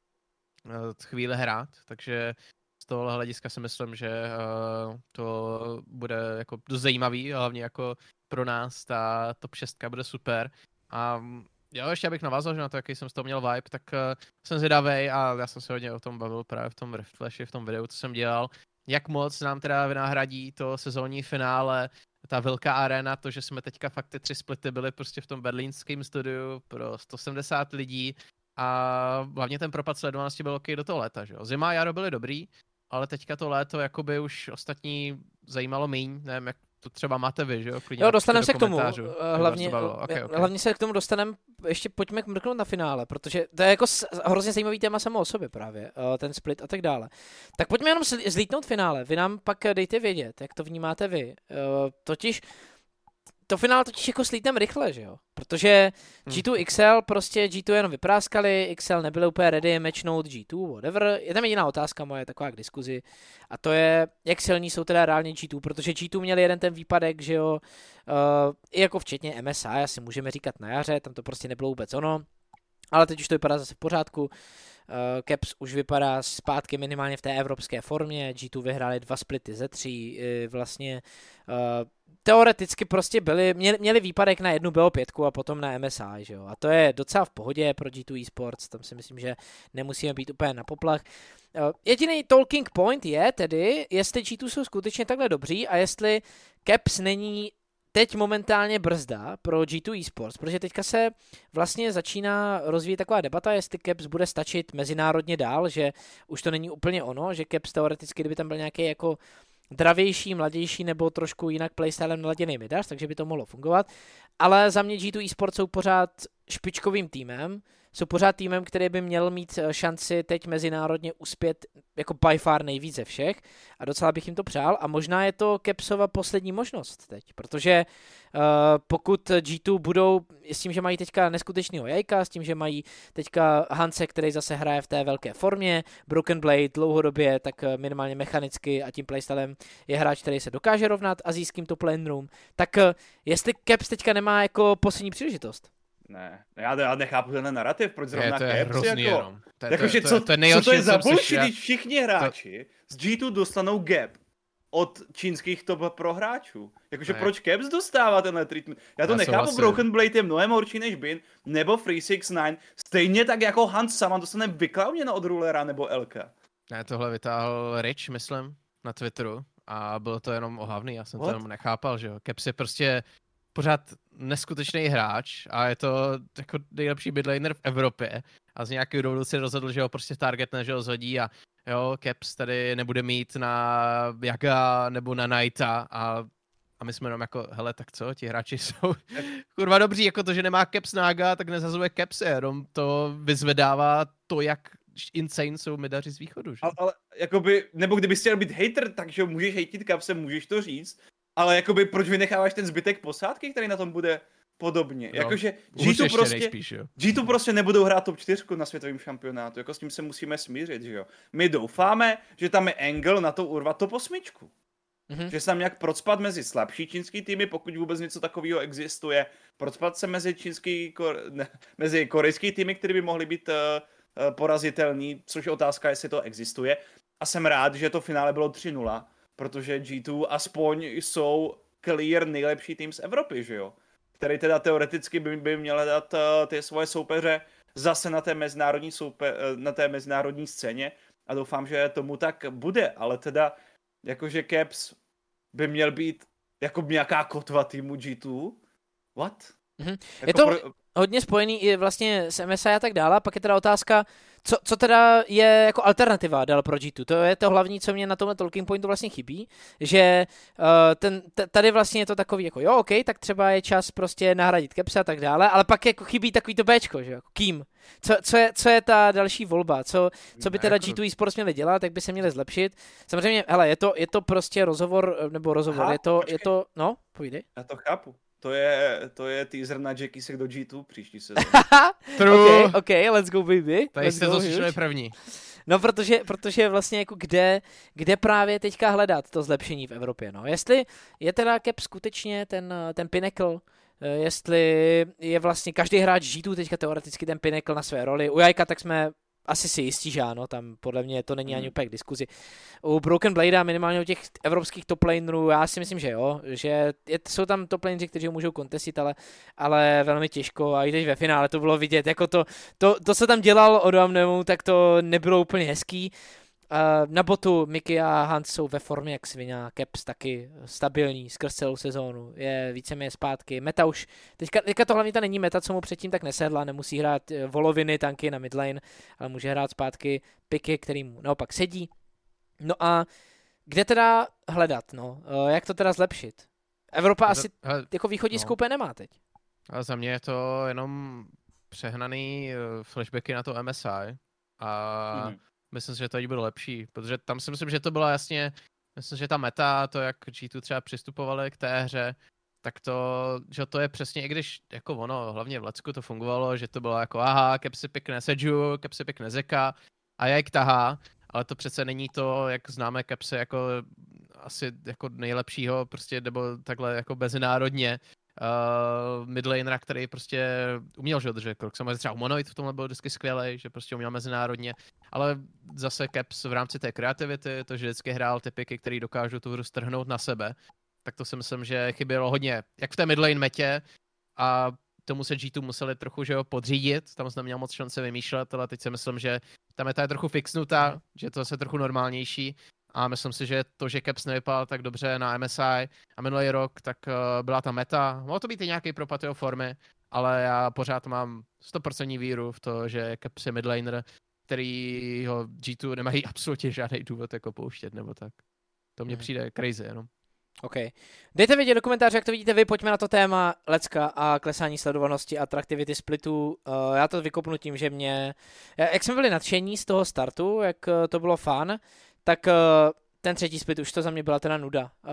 uh, chvíli hrát, takže z tohohle hlediska si myslím, že uh, to bude jako dost zajímavý, hlavně jako pro nás ta top šest bude super a jo, ještě abych navázal, že na to, jaký jsem z toho měl vibe, tak uh, jsem zvědavej a já jsem se hodně o tom bavil právě v tom Rift Flashi, v tom videu, co jsem dělal. Jak moc nám teda vynahradí to sezónní finále, ta velká arena, to, že jsme teďka fakt ty tři splity byli prostě v tom berlínském studiu pro sto sedmdesát lidí a hlavně ten propad sledovanosti byl okej do toho léta, že jo. Zima a jaro byly dobrý, ale teďka to léto jakoby už ostatní zajímalo míň, nevím, jak třeba Matevi, že jo? Klidně jo, dostaneme se k tomu. Komentářů. Hlavně, okay, okay. hlavně se k tomu dostaneme, ještě pojďme mrknout na finále, protože to je jako hrozně zajímavý téma samo o sobě právě, ten split a tak dále. Tak pojďme jenom zlítnout finále, vy nám pak dejte vědět, jak to vnímáte vy. Totiž to finále totiž jako slítnem rychle, že jo? Protože G dva X L prostě G dva jenom vypráskali, X L nebyly úplně ready matchnout G dva, whatever. Je tam jediná otázka moje, taková k diskuzi. A to je, jak silní jsou teda reálně G dva, protože G dva měli jeden ten výpadek, že jo, uh, i jako včetně M S I, asi můžeme říkat na jaře, tam to prostě nebylo vůbec ono. Ale teď už to vypadá zase v pořádku. Uh, Caps už vypadá zpátky minimálně v té evropské formě. G dva vyhráli dva splity ze tří. Uh, vlastně uh, teoreticky prostě byli, měli, měli výpadek na jednu B O pět a potom na M S I, že jo. A to je docela v pohodě pro G dva eSports, tam si myslím, že nemusíme být úplně na poplach. Uh, jediný talking point je tedy, jestli G dva jsou skutečně takhle dobří a jestli Caps není teď momentálně brzda pro G dva eSports, protože teďka se vlastně začíná rozvíjet taková debata, jestli Caps bude stačit mezinárodně dál, že už to není úplně ono, že Caps teoreticky, kdyby tam byl nějaký jako dravější, mladější nebo trošku jinak playstylem naladěný midař, takže by to mohlo fungovat, ale za mě G dva eSports jsou pořád špičkovým týmem, jsou pořád týmem, který by měl mít šanci teď mezinárodně uspět jako by far nejvíc ze všech a docela bych jim to přál a možná je to Capsova poslední možnost teď, protože uh, pokud G dva budou s tím, že mají teďka neskutečnýho jajka, s tím, že mají teďka Hanse, který zase hraje v té velké formě, Broken Blade dlouhodobě, tak minimálně mechanicky a tím playstylem je hráč, který se dokáže rovnat asijským top lane room, tak uh, jestli Caps teďka nemá jako poslední příležitost. Ne, já, já nechápu ten narrativ, proč zrovna Caps, jako, jenom. To, jakože to, co, to, to, co to je za bullshit, já... když všichni hráči to... z G dva dostanou gap od čínských top pro hráčů. Jakože ne. Proč Caps dostává tenhle treatment? Já to já nechápu, vlastně... Broken Blade je mnohem horší než Bin, nebo Free six nine, stejně tak jako Hans sama dostane vyklauněno od Rulera nebo Elka. Ne, tohle vytáhl Rich, myslím, na Twitteru a bylo to jenom ohavný, já jsem What? to jenom nechápal, že jo. Caps je prostě pořád neskutečný hráč a je to jako nejlepší midlaner v Evropě a z nějakého důvodu si rozhodl, že ho prostě v targetne, že ho zhodí a jo, Caps tady nebude mít na Jaga nebo na Knighta a, a my jsme jenom jako, hele, tak co, ti hráči jsou kurva dobří, jako to, že nemá Caps Naga, tak nezazuje Caps, jenom to vyzvedává to, jak insane jsou midaři z východu, že? Ale, ale jakoby, nebo kdybys chtěl být hater, takže můžeš hejtit Capsem, můžeš to říct. Ale jakoby proč vynecháváš ten zbytek posádky, který na tom bude podobně? No, jakože G dva prostě, nejspíš, G dva prostě nebudou hrát top čtyři na světovém šampionátu, jako s tím se musíme smířit, že jo. My doufáme, že tam je angle na to urvat top osmičku. Mm-hmm. Že se tam nějak procpat mezi slabší čínský týmy, pokud vůbec něco takového existuje, procpat se mezi čínský, kor, ne, mezi korejský týmy, které by mohly být uh, uh, porazitelný, což je otázka, jestli to existuje. A jsem rád, že to finále bylo tři nula. Protože G dva aspoň jsou clear nejlepší tým z Evropy, že jo? Který teda teoreticky by, by měl dát uh, ty svoje soupeře zase na té mezinárodní, soupe, uh, na té mezinárodní scéně a doufám, že tomu tak bude, ale teda jakože Caps by měl být jako nějaká kotva týmu G dva? What? Mm-hmm. Jako je to pro... hodně spojený i vlastně s M S I a tak dále, pak je teda otázka, Co, co teda je jako alternativa dál pro G dva? To je to hlavní, co mě na tomhle talking pointu vlastně chybí, že uh, ten, t- tady vlastně je to takový jako jo, ok, tak třeba je čas prostě nahradit Capsa a tak dále, ale pak jako chybí takový to Bčko, že jako kým? Co, co, je, co je ta další volba? Co, co by teda G dva eSports měli dělat, jak by se měli zlepšit? Samozřejmě, hele, je to, je to prostě rozhovor, nebo rozhovor, Aha, je to, počkej. je to, no, povídej. Já to chápu. To je, to je teaser na Jackisek do G dva příští sezónu. ok, ok, let's go baby. Tady jste to slyšeli první. No, protože, protože vlastně jako kde, kde právě teďka hledat to zlepšení v Evropě, no. Jestli je teda Cap skutečně ten, ten pinnacle, jestli je vlastně každý hráč G dva teďka teoreticky ten pinnacle na své roli. U Jajka tak jsme asi si jistí, že ano, tam podle mě to není ani úplně k diskuzi. U Broken Blade minimálně u těch evropských top lanerů, já si myslím, že jo, že je, jsou tam top laneři, kteří ho můžou kontestit, ale, ale velmi těžko a i teď ve finále to bylo vidět, jako to, to, to co tam dělal od Amnemu, tak to nebylo úplně hezký. Uh, na botu Mickey a Hans jsou ve formě jak svině, Caps taky stabilní skrz celou sezónu, je víceméně zpátky. Meta už, teďka, teďka to hlavně ta není meta, co mu předtím tak nesedla, nemusí hrát voloviny, tanky na midlane, ale může hrát zpátky piky, který mu naopak sedí. No a kde teda hledat, no, uh, jak to teda zlepšit? Evropa Ale- asi ale- jako východiskou no. úplně nemá teď. A za mě je to jenom přehnaný uh, flashbacky na to M S I a Mhm. myslím si, že to teď bude lepší, protože tam si myslím, že to byla jasně, myslím, že ta meta, to jak G dva třeba přistupovali k té hře, tak to, že to je přesně, i když jako ono, hlavně v Lecku to fungovalo, že to bylo jako aha, kep si pěkne Seju, kep si pěkne Zeka a jak tahá, ale to přece není to, jak známe Kepse jako asi jako nejlepšího, prostě nebo takhle jako mezinárodně uh, midlanera, který prostě uměl, že držet krok. Samozřejmě třeba Humanoid v tomhle byl vždycky skvělý, že prostě uměl mezinárodně, ale zase Caps v rámci té kreativity, to, že vždycky hrál ty piky, který dokážou tu hru strhnout na sebe, tak to si myslím, že chybělo hodně, jak v té midlane metě a tomu se G dva museli trochu, že ho podřídit, tam jsem neměl moc šance vymýšlet, ale teď si myslím, že ta meta je trochu fixnutá, mm. že to je zase trochu normálnější a myslím si, že to, že Caps nevypadal tak dobře na M S I a minulý rok, tak uh, byla ta meta, mohlo to být i nějaký propad jeho formy, ale já pořád mám sto procent víru v to, že Caps je midlaner, který ho G dva nemají absolutně žádný důvod jako pouštět nebo tak. To mně mm. přijde crazy jenom. OK. Dejte vědět do komentáře, jak to vidíte vy, pojďme na to téma Lecka a klesání sledovanosti a atraktivity splitů. Uh, já to vykopnu tím, že mě, jak jsme byli nadšení z toho startu, jak uh, to bylo fun, tak uh, ten třetí split už to za mě byla teda nuda. Uh,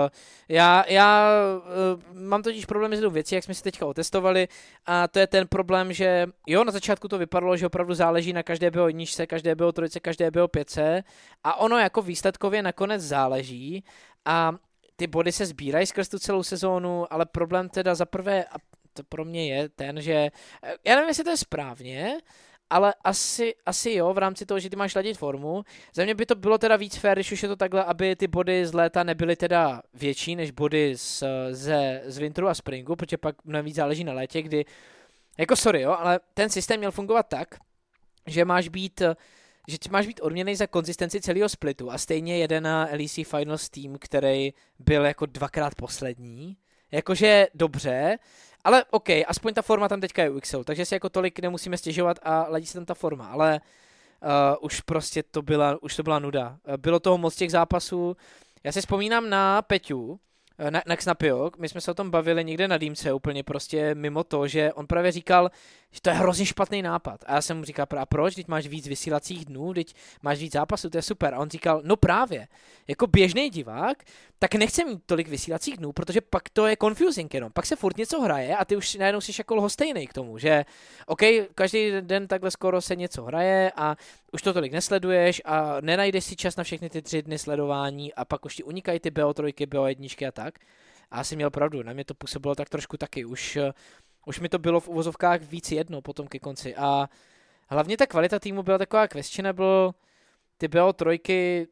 já já uh, mám totiž problém s jednou věcí, jak jsme si teďka otestovali, a to je ten problém, že jo, na začátku to vypadalo, že opravdu záleží na každé B O jedna, každé B O tři, každé B O pět a ono jako výsledkově nakonec záleží a ty body se sbírají skrz tu celou sezónu, ale problém teda za prvé, a to pro mě je ten, že já nevím, jestli to je správně, ale asi, asi jo, v rámci toho, že ty máš ladit formu. Za mě by to bylo teda víc fair, když už je to takhle, aby ty body z léta nebyly teda větší než body z, ze, z Winteru a Springu, protože pak mnohem víc záleží na létě, kdy, jako sorry jo, ale ten systém měl fungovat tak, že máš být že ty máš být odměnej za konzistenci celého splitu a stejně jeden na L E C Finals tým, který byl jako dvakrát poslední, jakože dobře, ale OK, aspoň ta forma tam teďka je u X L, takže si jako tolik nemusíme stěžovat a ladí se tam ta forma, ale uh, už prostě to byla, už to byla nuda. Uh, bylo toho moc těch zápasů, já si vzpomínám na Peťu, na, na Xnapiok, my jsme se o tom bavili někde na dýmce úplně prostě mimo to, že on právě říkal, že to je hrozně špatný nápad. A já jsem mu říkal, a proč? Teď máš víc vysílacích dnů, teď máš víc zápasů, to je super. A on říkal, no právě, jako běžný divák, tak nechce mít tolik vysílacích dnů, protože pak to je confusing jenom. Pak se furt něco hraje a ty už najednou jsi jako lhostejnej k tomu, že OK, každý den takhle skoro se něco hraje a už to tolik nesleduješ a nenajdeš si čas na všechny ty tři dny sledování a pak už ti unikají ty B O tři, B O jedna a tak. A já jsem měl pravdu, na mě to působilo tak trošku taky. Už, už mi to bylo v uvozovkách víc jedno potom ke konci. A hlavně ta kvalita týmu byla taková questionable. Ty B O tři,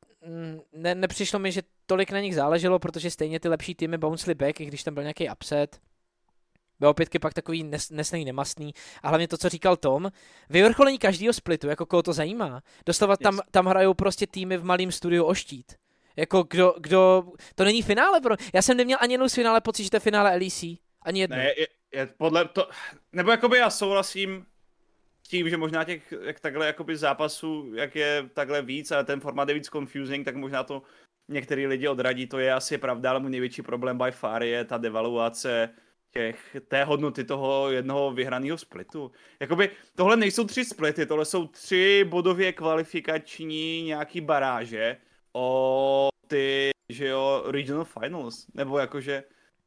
ne, nepřišlo mi, že tolik na nich záleželo, protože stejně ty lepší týmy bouncely back, i když tam byl nějaký upset. B O pět pak takový nes, nesnej nemastný. A hlavně to, co říkal Tom, vyvrcholení každého splitu, jako koho to zajímá. Doslova tam, yes. tam hrajou prostě týmy v malém studiu o štít. Jako kdo, kdo, to není finále, bro. Já jsem neměl ani jednou z finále pocit, že to je finále L E C. Ani jednou. Ne, je, je podle to, nebo jakoby já souhlasím tím, že možná těch jak takhle jakoby zápasů, jak je takhle víc a ten formát je víc confusing, tak možná to některý lidi odradí, to je asi pravda, ale můj největší problém by far je ta devaluace těch, té hodnoty toho jednoho vyhraného splitu. Jakoby tohle nejsou tři splity, tohle jsou tři bodově kvalifikační nějaký baráže o ty, že jo, regional finals, nebo jakože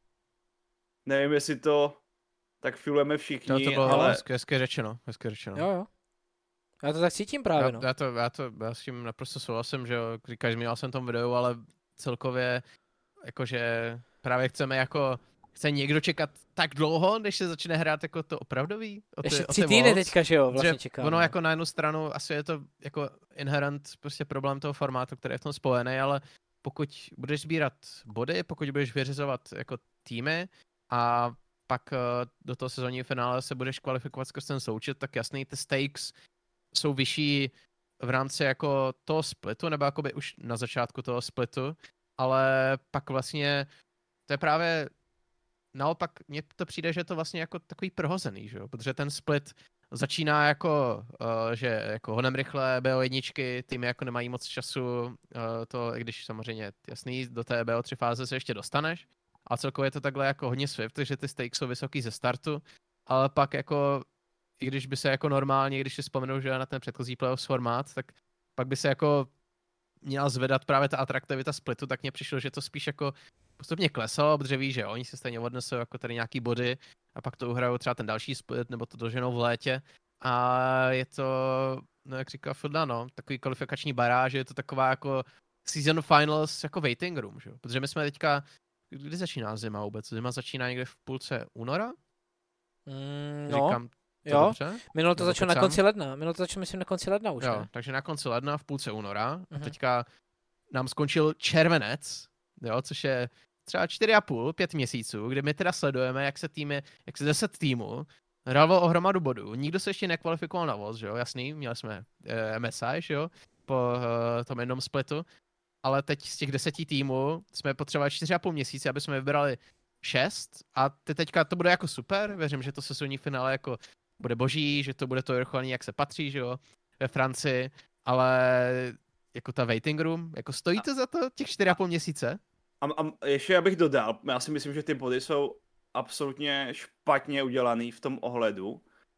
nevím, jestli to tak filujeme všichni, to, to bylo ale... hezky, hezky řečeno, hezky řečeno. Jo, jo. Já to tak cítím právě, já, no. Já, to, já, to, já s tím naprosto souhlasím, že jo, říkáš, zmínil jsem tom videu, ale celkově, jakože právě chceme jako, chce někdo čekat tak dlouho, než se začne hrát jako to opravdový? O ty, Ještě o tři ty týdny Worlds, teďka, že jo, vlastně čekám. Ono jako na jednu stranu, asi je to jako inherent prostě problém toho formátu, který je v tom spojený, ale pokud budeš sbírat body, pokud budeš vyřizovat jako týmy a pak uh, do toho sezónního finále se budeš kvalifikovat skrz ten součet, tak jasný, ty stakes jsou vyšší v rámci jako toho splitu, nebo jakoby už na začátku toho splitu, ale pak vlastně to je právě naopak, mně to přijde, že je to vlastně jako takový prohozený, že jo? Protože ten split začíná jako, uh, že jako honem rychle B O jedna, týmy jako nemají moc času, uh, to, i když samozřejmě jasný, do té B O tři fáze se ještě dostaneš, a celkově je to takhle jako hodně Swift, takže ty stakes jsou vysoký ze startu, ale pak jako, i když by se jako normálně, když si vzpomenu, že na ten předchozí playoffs formát, tak pak by se jako měla zvedat právě ta atraktivita splitu, tak mně přišlo, že to spíš jako postupně klesalo, protože ví, že oni se stejně odnesou jako tady nějaký body a pak to uhrajou třeba ten další split, nebo to doženou v létě a je to, no jak říká Filda, no, takový kvalifikační baráž, je to taková jako season finals jako waiting room, že? Protože my jsme teďka, kdy začíná zima vůbec? Zima začíná někde v půlce února? Mm, no, Říkám to jo, dobře? minulo to Nebo začalo na kecám? konci ledna, minulo to začalo myslím na konci ledna už, Jo, ne? takže na konci ledna v půlce února a Mhm. teďka nám skončil červenec, jo, což je třeba čtyři a půl, pět měsíců, kdy my teda sledujeme, jak se týmy, jak se deset týmů hralo o hromadu bodů. Nikdo se ještě nekvalifikoval na voz, že jo, jasný, měli jsme eh, M S I, že jo, po eh, tom jednom splitu, ale teď z těch deseti týmů jsme potřebovali čtyři a půl měsíce, aby jsme vybrali šest a ty teďka to bude jako super, věřím, že to sezónní finále jako bude boží, že to bude to vrcholný, jak se patří, že jo, ve Francii, ale jako ta waiting room, jako stojí to za to těch čtyři a půl měsíce? A, a ještě abych dodal, já si myslím, že ty body jsou absolutně špatně udělaný v tom ohledu,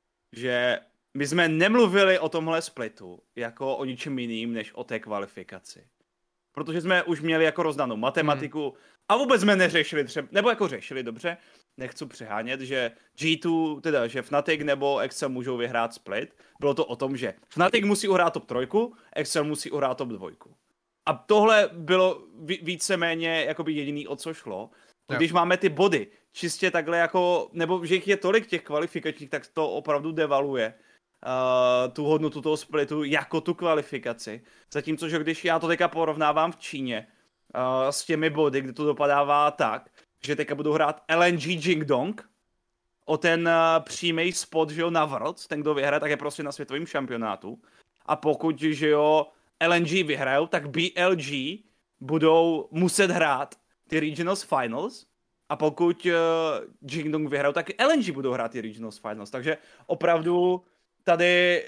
že my jsme nemluvili o tomhle splitu jako o ničem jiným, než o té kvalifikaci. Protože jsme už měli jako rozdanou matematiku hmm. a vůbec jsme neřešili třeba, nebo jako řešili dobře, nechci přehánět, že G dva, teda, že Fnatic nebo Excel můžou vyhrát split. Bylo to o tom, že Fnatic musí uhrát top trojku, Excel musí uhrát top dvojku. A tohle bylo víceméně jakoby jediný, o co šlo. Jo. Když máme ty body čistě takhle jako, nebo že jich je tolik těch kvalifikačních, tak to opravdu devaluje uh, tu hodnotu toho splitu jako tu kvalifikaci. Zatímco, že když já to teďka porovnávám v Číně uh, s těmi body, kde to dopadává tak, že teďka budou hrát L N G Jingdong o ten uh, přímý spot, že jo, na Worlds, ten, kdo vyhraje, tak je prostě na světovém šampionátu. A pokud, že jo, L N G vyhrajou, tak B L G budou muset hrát ty Regionals Finals a pokud uh, Jingdong vyhrajou, tak L N G budou hrát ty Regionals Finals. Takže opravdu tady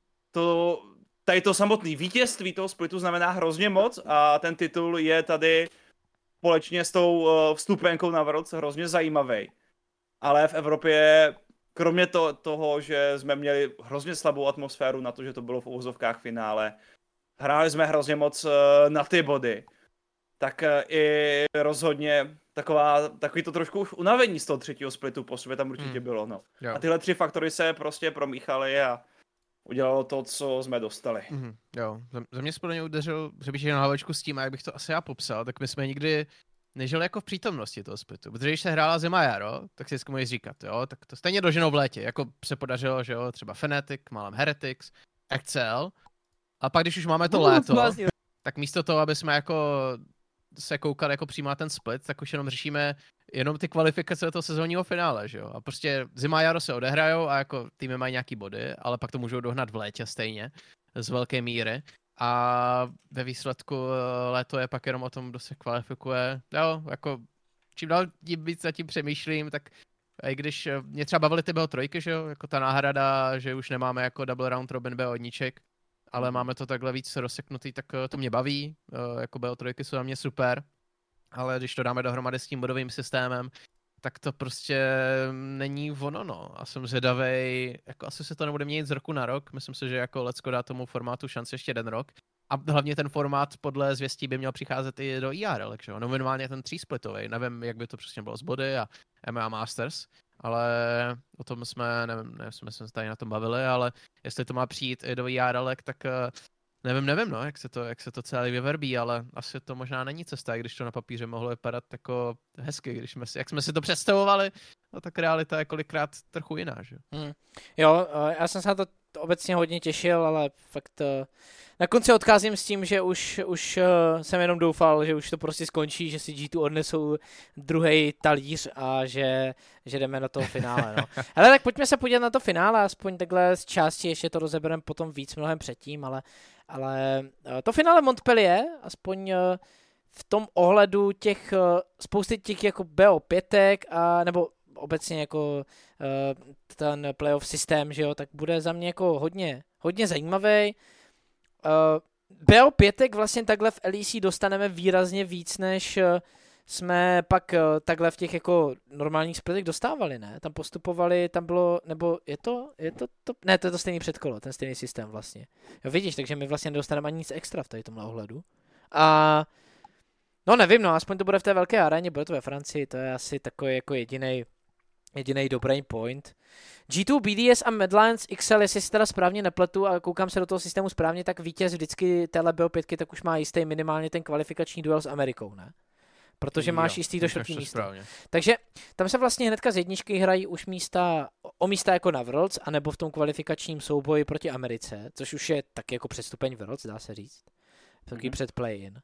to, tady to samotné vítězství toho splitu znamená hrozně moc a ten titul je tady společně s tou uh, vstupenkou na Worlds hrozně zajímavý. Ale v Evropě, kromě to, toho, že jsme měli hrozně slabou atmosféru na to, že to bylo v uvozovkách finále, hráli jsme hrozně moc uh, na ty body, tak uh, i rozhodně taková, takový to trošku už unavení z toho třetího splitu po sobě tam určitě hmm. bylo. No. A tyhle tři faktory se prostě promíchaly a udělalo to, co jsme dostali. Mm, jo, za mě spodně udeřil, že bych na hlavečku s tím, a jak bych to asi já popsal, tak my jsme nikdy nežili jako v přítomnosti toho splitu, protože když se hrála zima jaro, tak si vždycky můžeš říkat, jo, tak to stejně doženou v létě, jako se podařilo, že jo, třeba Fnatic, málem Heretics, Excel, a pak když už máme to léto, tak místo toho, aby jsme jako se koukali jako přímo na ten split, tak už jenom řešíme jenom ty kvalifikace do toho sezónního finále, že jo. A prostě zima a jaro se odehrajou a jako týmy mají nějaký body, ale pak to můžou dohnat v létě stejně, z velké míry. A ve výsledku léto je pak jenom o tom, kdo se kvalifikuje. Jo, jako čím dál víc zatím přemýšlím, tak i když mě třeba bavily ty B O tři, že jo, jako ta náhrada, že už nemáme jako double round robin B O jedniček, ale máme to takhle víc rozseknutý, tak to mě baví, jako B O tři jsou na mě super, ale když to dáme dohromady s tím bodovým systémem, tak to prostě není ono, no. A jsem zvědavej, jako asi se to nebude měnit z roku na rok, myslím si, že jako Lecko dá tomu formátu šanci ještě jeden rok. A hlavně ten formát podle zvěstí by měl přicházet i do I R L, že jo, no minimálně ten třísplitový, nevím, jak by to přesně bylo s body a M M A Masters, ale o tom jsme, nevím, nevím, jsme se tady na tom bavili, ale jestli to má přijít i do I R L, tak nevím, nevím, no, jak se to, jak se to celé vyverbí, ale asi to možná není cesta, i když to na papíře mohlo vypadat jako hezky, když jsme si, jak jsme si to představovali, no tak realita je kolikrát trochu jiná, že? Hmm. Jo, já jsem se na to obecně hodně těšil, ale fakt na konci odcházím s tím, že už, už jsem jenom doufal, že už to prostě skončí, že si G dva odnesou druhý talíř a že, že jdeme do toho finále, no. Ale tak pojďme se podívat na to finále, aspoň takhle z části, ještě to rozebereme potom víc mnohem předtím, ale, ale to finále Montpellier, aspoň v tom ohledu těch spousty těch jako B O pět, a nebo obecně jako uh, ten playoff systém, že jo, tak bude za mě jako hodně, hodně zajímavý. Uh, B O pět vlastně takhle v L E C dostaneme výrazně víc než uh, jsme pak takhle v těch jako normálních splitech dostávali, ne? Tam postupovali, tam bylo, nebo je to, je to, to ne, to je to stejný předkolo, ten stejný systém vlastně. Jo, vidíš, takže my vlastně nedostaneme ani nic extra v tady tomhle ohledu. A no nevím, no, aspoň to bude v té velké aréně, bude to ve Francii, to je asi takový jako jedinej, jedinej dobrý point. G dva, B D S a Mad Lions X L, jestli si teda správně nepletu a koukám se do toho systému správně, tak vítěz vždycky téhle B O pět tak už má jistý minimálně ten kvalifikační duel s Amerikou, ne? Protože máš jo, jistý to čtvrtý místo. Správně. Takže tam se vlastně hnedka z jedničky hrají už místa, o místa jako na Worlds, anebo v tom kvalifikačním souboji proti Americe, což už je taky jako předstupeň Worlds, dá se říct. Taky mm-hmm. před play-in.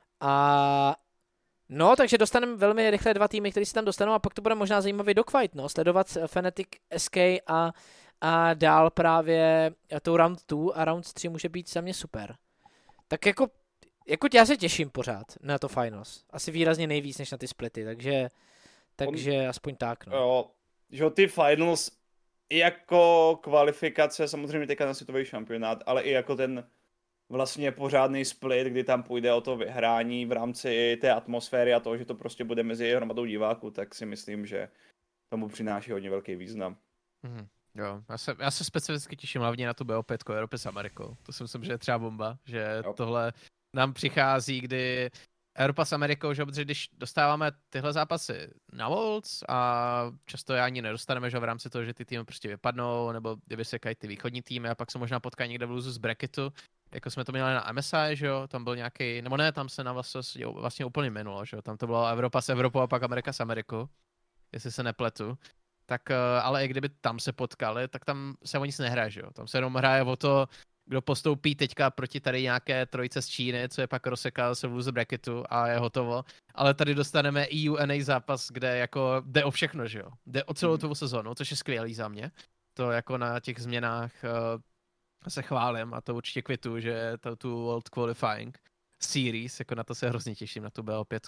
A no, takže dostaneme velmi rychle dva týmy, které se tam dostanou a pak to bude možná zajímavý dogfight, no, sledovat Fnatic, S K a, a dál právě tou round dva a round tři může být za mě super. Tak jako Jako já se těším pořád na to finals. Asi výrazně nejvíc než na ty splity, takže, takže On, aspoň tak. No. Jo, že ty finals i jako kvalifikace, samozřejmě teďka na světový šampionát, ale i jako ten vlastně pořádný split, kdy tam půjde o to vyhrání v rámci té atmosféry a toho, že to prostě bude mezi hromadou diváků, tak si myslím, že tomu přináší hodně velký význam. Mm-hmm. Jo, já se, já se specificky těším hlavně na tu B O pět Evropy s Amerikou. To si myslím, že je třeba bomba, že jo. Tohle nám přichází, kdy Evropa s Amerikou, že protože když dostáváme tyhle zápasy na Worlds a často je ani nedostaneme, že v rámci toho, že ty týmy prostě vypadnou, nebo kdyby se kají ty východní týmy a pak se možná potkají někde v lůzu z bracketu, jako jsme to měli na M S I, že jo, tam byl nějaký, nebo ne, tam se nám vlastně, vlastně úplně minulo, že jo, tam to bylo Evropa s Evropou a pak Amerika s Amerikou, jestli se nepletu. Tak, ale i kdyby tam se potkali, tak tam se o nic nehraje, že jo, tam se jenom hraje o to, kdo postoupí teďka proti tady nějaké trojice z Číny, co je pak rozsekal se v loser bracketu a je hotovo. Ale tady dostaneme E U N A zápas, kde jako jde o všechno, že jo? Jde o celou tu sezonu, což je skvělý za mě. To jako na těch změnách uh, se chválím a to určitě kvitu, že to tu World Qualifying Series, jako na to se hrozně těším, na tu B O pět.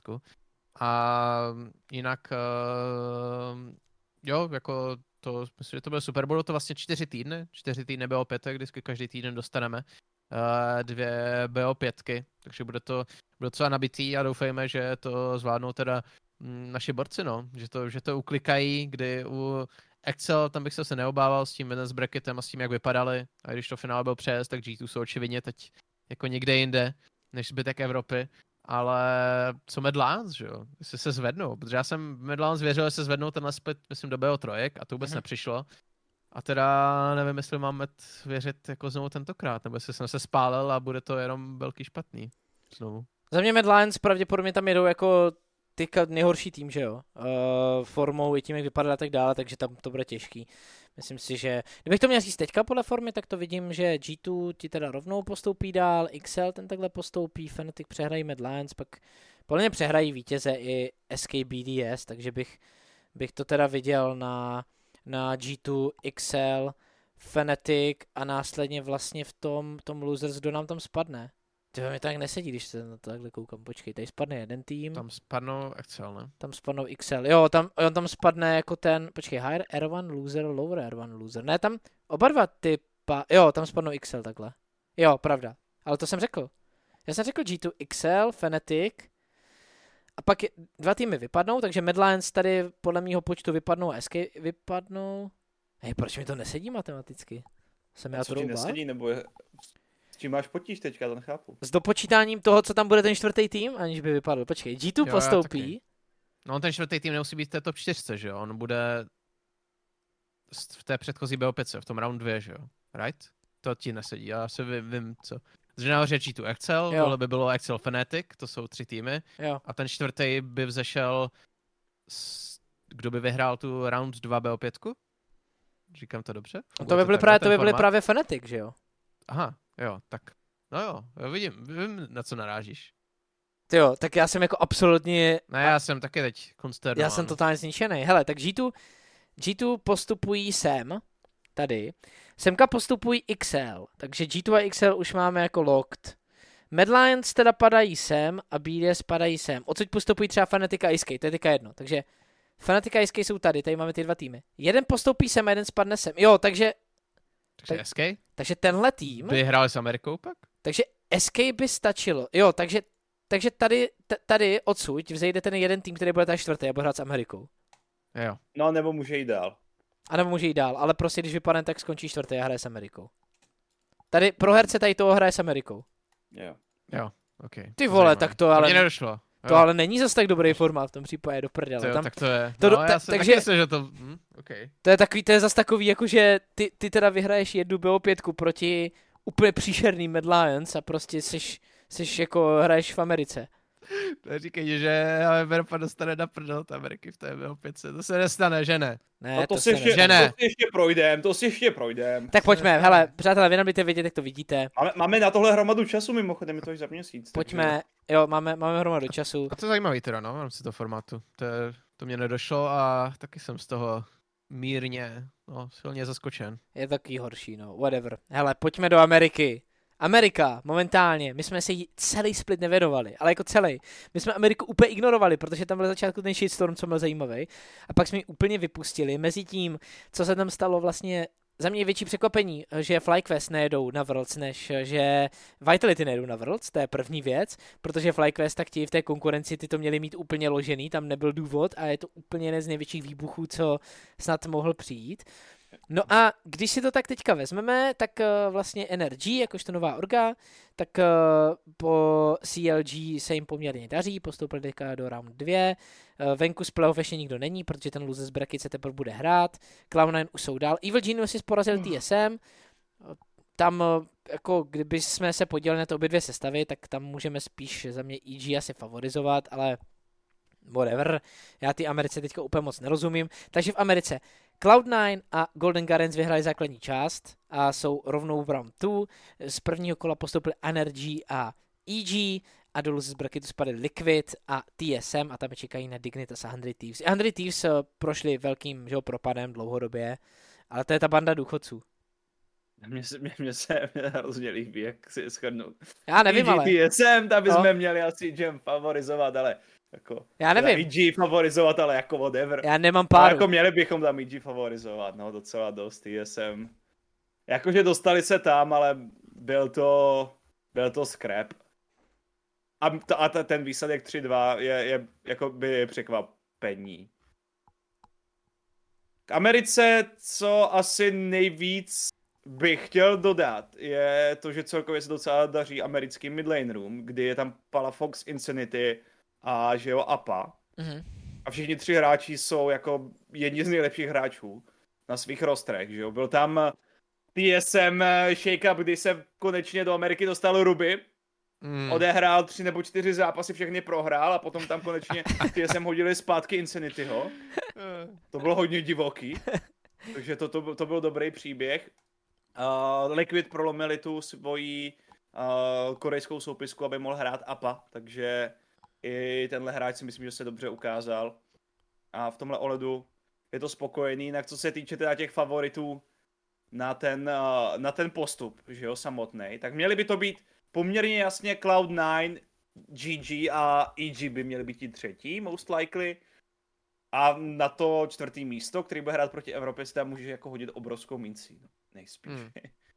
A jinak uh, jo, jako to, myslím, že to bude super. Budou to vlastně čtyři týdny, čtyři týdny B O pět, kdy každý týden dostaneme uh, dvě B O pětky, takže bude to, bude to nabitý a doufejme, že to zvládnou teda m, naši borci, no, že to, že to uklikají, kdy u Excel, tam bych se neobával s tím s bracketem a s tím, jak vypadali, a když to finále byl přes, tak G dva jsou očividně teď jako někde jinde, než zbytek Evropy. Ale co Mad Lions, že jo? Jestli se zvednou, protože já jsem Mad Lions věřil, že se zvednou tenhle split, myslím, do B O tři a to vůbec mm-hmm. nepřišlo. A teda nevím, jestli mám věřit jako znovu tentokrát, nebo jestli jsem se spálil a bude to jenom velký špatný znovu. Za mě Mad Lions pravděpodobně tam jedou jako teďka nejhorší tým, že jo? Uh, formou i tím, jak vypadá a tak dále, takže tam to bude těžký. Myslím si, že kdybych to měl říct teďka podle formy, tak to vidím, že G dva ti teda rovnou postoupí dál, X L ten takhle postoupí, Fnatic přehrají Mad Lions, pak podle mě přehrají vítěze i S K B D S, takže bych, bych to teda viděl na, na G dva, X L, Fnatic a následně vlastně v tom, tom losers, kdo nám tam spadne. Ty mi tak nesedí, když se na to takhle koukám. Počkej, tady spadne jeden tým. Tam spadnou X L, ne? Tam spadnou X L. Jo, tam, jo, tam spadne jako ten, počkej, higher R jedna loser, lower R jedna loser. Ne, tam oba dva ty pa... Jo, tam spadnou X L takhle. Jo, pravda. Ale to jsem řekl. Já jsem řekl G dva, X L, Fnatic. A pak je, dva týmy vypadnou, takže Mad Lions tady podle mýho počtu vypadnou a S K vypadnou. Hej, proč mi to nesedí matematicky? Jsem já co ti nesedí, nebo je... S čím máš potíž teďka, to nechápu. S dopočítáním toho, co tam bude ten čtvrtý tým, aniž by vypadl. Počkej, G dva jo, postoupí. No ten čtvrtý tým nemusí být v té top čtyřce, že jo? On bude v té předchozí B O pět, v tom round dva, že jo? Right? To ti nesedí, já se vím, vím co. Takže nahoře G dva Excel, tohle by bylo Excel Fnatic, to jsou tři týmy. Jo. A ten čtvrtý by vzešel, s... kdo by vyhrál tu round dva B O pět? Říkám to dobře? No to by byly právě, to by byly právě Fnatic, že jo? Aha, jo, tak, no jo, jo vidím, vím, na co narážíš. Ty jo, tak já jsem jako absolutně... No já jsem taky teď konsternovaný. Já jsem totálně zničený. Hele, tak G dva, G dva postupují sem, tady. Semka postupují X L, takže G dva a X L už máme jako locked. Mad Lions teda padají sem a B D S padají sem. Odsud postupují třeba Fnatic a S K, to je teďka jedno. Takže Fnatic a S K jsou tady, tady máme ty dva týmy. Jeden postoupí sem a jeden spadne sem. Jo, takže... Takže tak, S K? Takže tenhle tým... By hráli s Amerikou pak? Takže S K by stačilo. Jo, takže takže tady, t- tady odsud vzejde ten jeden tým, který bude tady čtvrtý a bude hrát s Amerikou. Jo. No, nebo může jít dál. A nebo může jít dál, ale prostě když vypadne, tak skončí čtvrtý a hraje s Amerikou. Tady pro herce tady toho hraje s Amerikou. Jo. Jo, ok. Ty vole, Zajímavý. tak to ale... Mně nedošlo. To ale není zase tak dobrý formát v tom případě do prdele. To jo, Tam, tak to je. to No, do- já ta- jsem takže- taky myslel, že to... Hm, okay. to je takový, to je zase takový, jako že ty, ty teda vyhraješ jednu B O pět proti úplně příšerným Mad Lions a prostě seš, seš jako hraješ v Americe. Říkej, že Evropa dostane na prdel od Ameriky v té B O pět. To se nestane, že ne? Ne, No to, to si se ještě, ne. Že ne. to si ještě projdem, to si ještě projdem. Tak pojďme, hele, přátelé, vy nám budete vědět, jak to vidíte. Máme, máme na tohle hromadu času, mimochodem je to až za měsíc. Pojďme, jo, máme, máme hromadu času. A to je zajímavý teda, no, v rámci toho formátu. To, je, to mě nedošlo a taky jsem z toho mírně, no, silně zaskočen. Je to takový horší, no, whatever. Hele, pojďme do Ameriky. Amerika, momentálně, my jsme si jí celý split nevěnovali, ale jako celý. My jsme Ameriku úplně ignorovali, protože tam byl začátku ten shitstorm, co byl zajímavý. A pak jsme ji úplně vypustili. Mezi tím, co se tam stalo vlastně, za mě je větší překvapení, že FlyQuest nejedou na Worlds, než že Vitality nejedou na Worlds, to je první věc, protože FlyQuest tak ti v té konkurenci ty to měli mít úplně ložený, tam nebyl důvod a je to úplně jeden z největších výbuchů, co snad mohl přijít. No a když si to tak teďka vezmeme, tak uh, vlastně N R G, jakožto nová orga, tak uh, po C L G se jim poměrně daří, postoupili teďka do round dva, uh, venku z playoff ještě nikdo není, protože ten losers bracket se teprve bude hrát, Cloud nine už jsou dál, Evil Geniuses porazil T S M, tam uh, jako kdyby jsme se podívali na to obě dvě sestavy, tak tam můžeme spíš za mě E G asi favorizovat, ale whatever, já ty Americe teďka úplně moc nerozumím, takže v Americe Cloud nine a Golden Guardians vyhráli základní část a jsou rovnou v round dva. Z prvního kola postoupili N R G a E G a dolů z bracketu spadly Liquid a T S M a tam je čekají na Dignitas a one hundred Thieves. one hundred Thieves prošli velkým že, propadem dlouhodobě, ale to je ta banda důchodců. Mně se, mě, mě se mě hrozně líbí, jak si shrnu. Já nevím, ale... T S M, tam bychom no. měli asi Jam favorizovat, ale jako... Já nevím. E G favorizovat, ale jako whatever. Já nemám Ale páru. jako měli bychom tam E G favorizovat, no docela dost T S M. Jakože dostali se tam, ale byl to, byl to scrap. A, to, a ten výsledek tři dva je, je jako by překvapení. K Americe, co asi nejvíc bych chtěl dodat, je to, že celkově se docela daří americkým midlanerům, kdy je tam Palafox, Insanity a že jo, Apa. Mhm. A všichni tři hráči jsou jako jedni z nejlepších hráčů na svých rostrech, že jo. Byl tam T S M shake-up, kdy se konečně do Ameriky dostal Ruby. Mm. Odehrál tři nebo čtyři zápasy, všechny prohrál a potom tam konečně T S M hodili zpátky Insanityho. To bylo hodně divoký. Takže to, to, to byl dobrý příběh. Uh, Liquid prolomili tu svoji uh, korejskou soupisku, aby mohl hrát Apa, takže i tenhle hráč si myslím, že se dobře ukázal. A v tomhle ohledu je to spokojený. Jinak co se týče teda těch favoritů na ten, uh, na ten postup, že jo, samotnej, tak měli by to být poměrně jasně Cloud nine, G G a E G by měli být ti třetí, most likely. A na to čtvrtý místo, který bude hrát proti Evropě, si tam můžeš jako hodit obrovskou mincí. No, nejspíš. Hmm.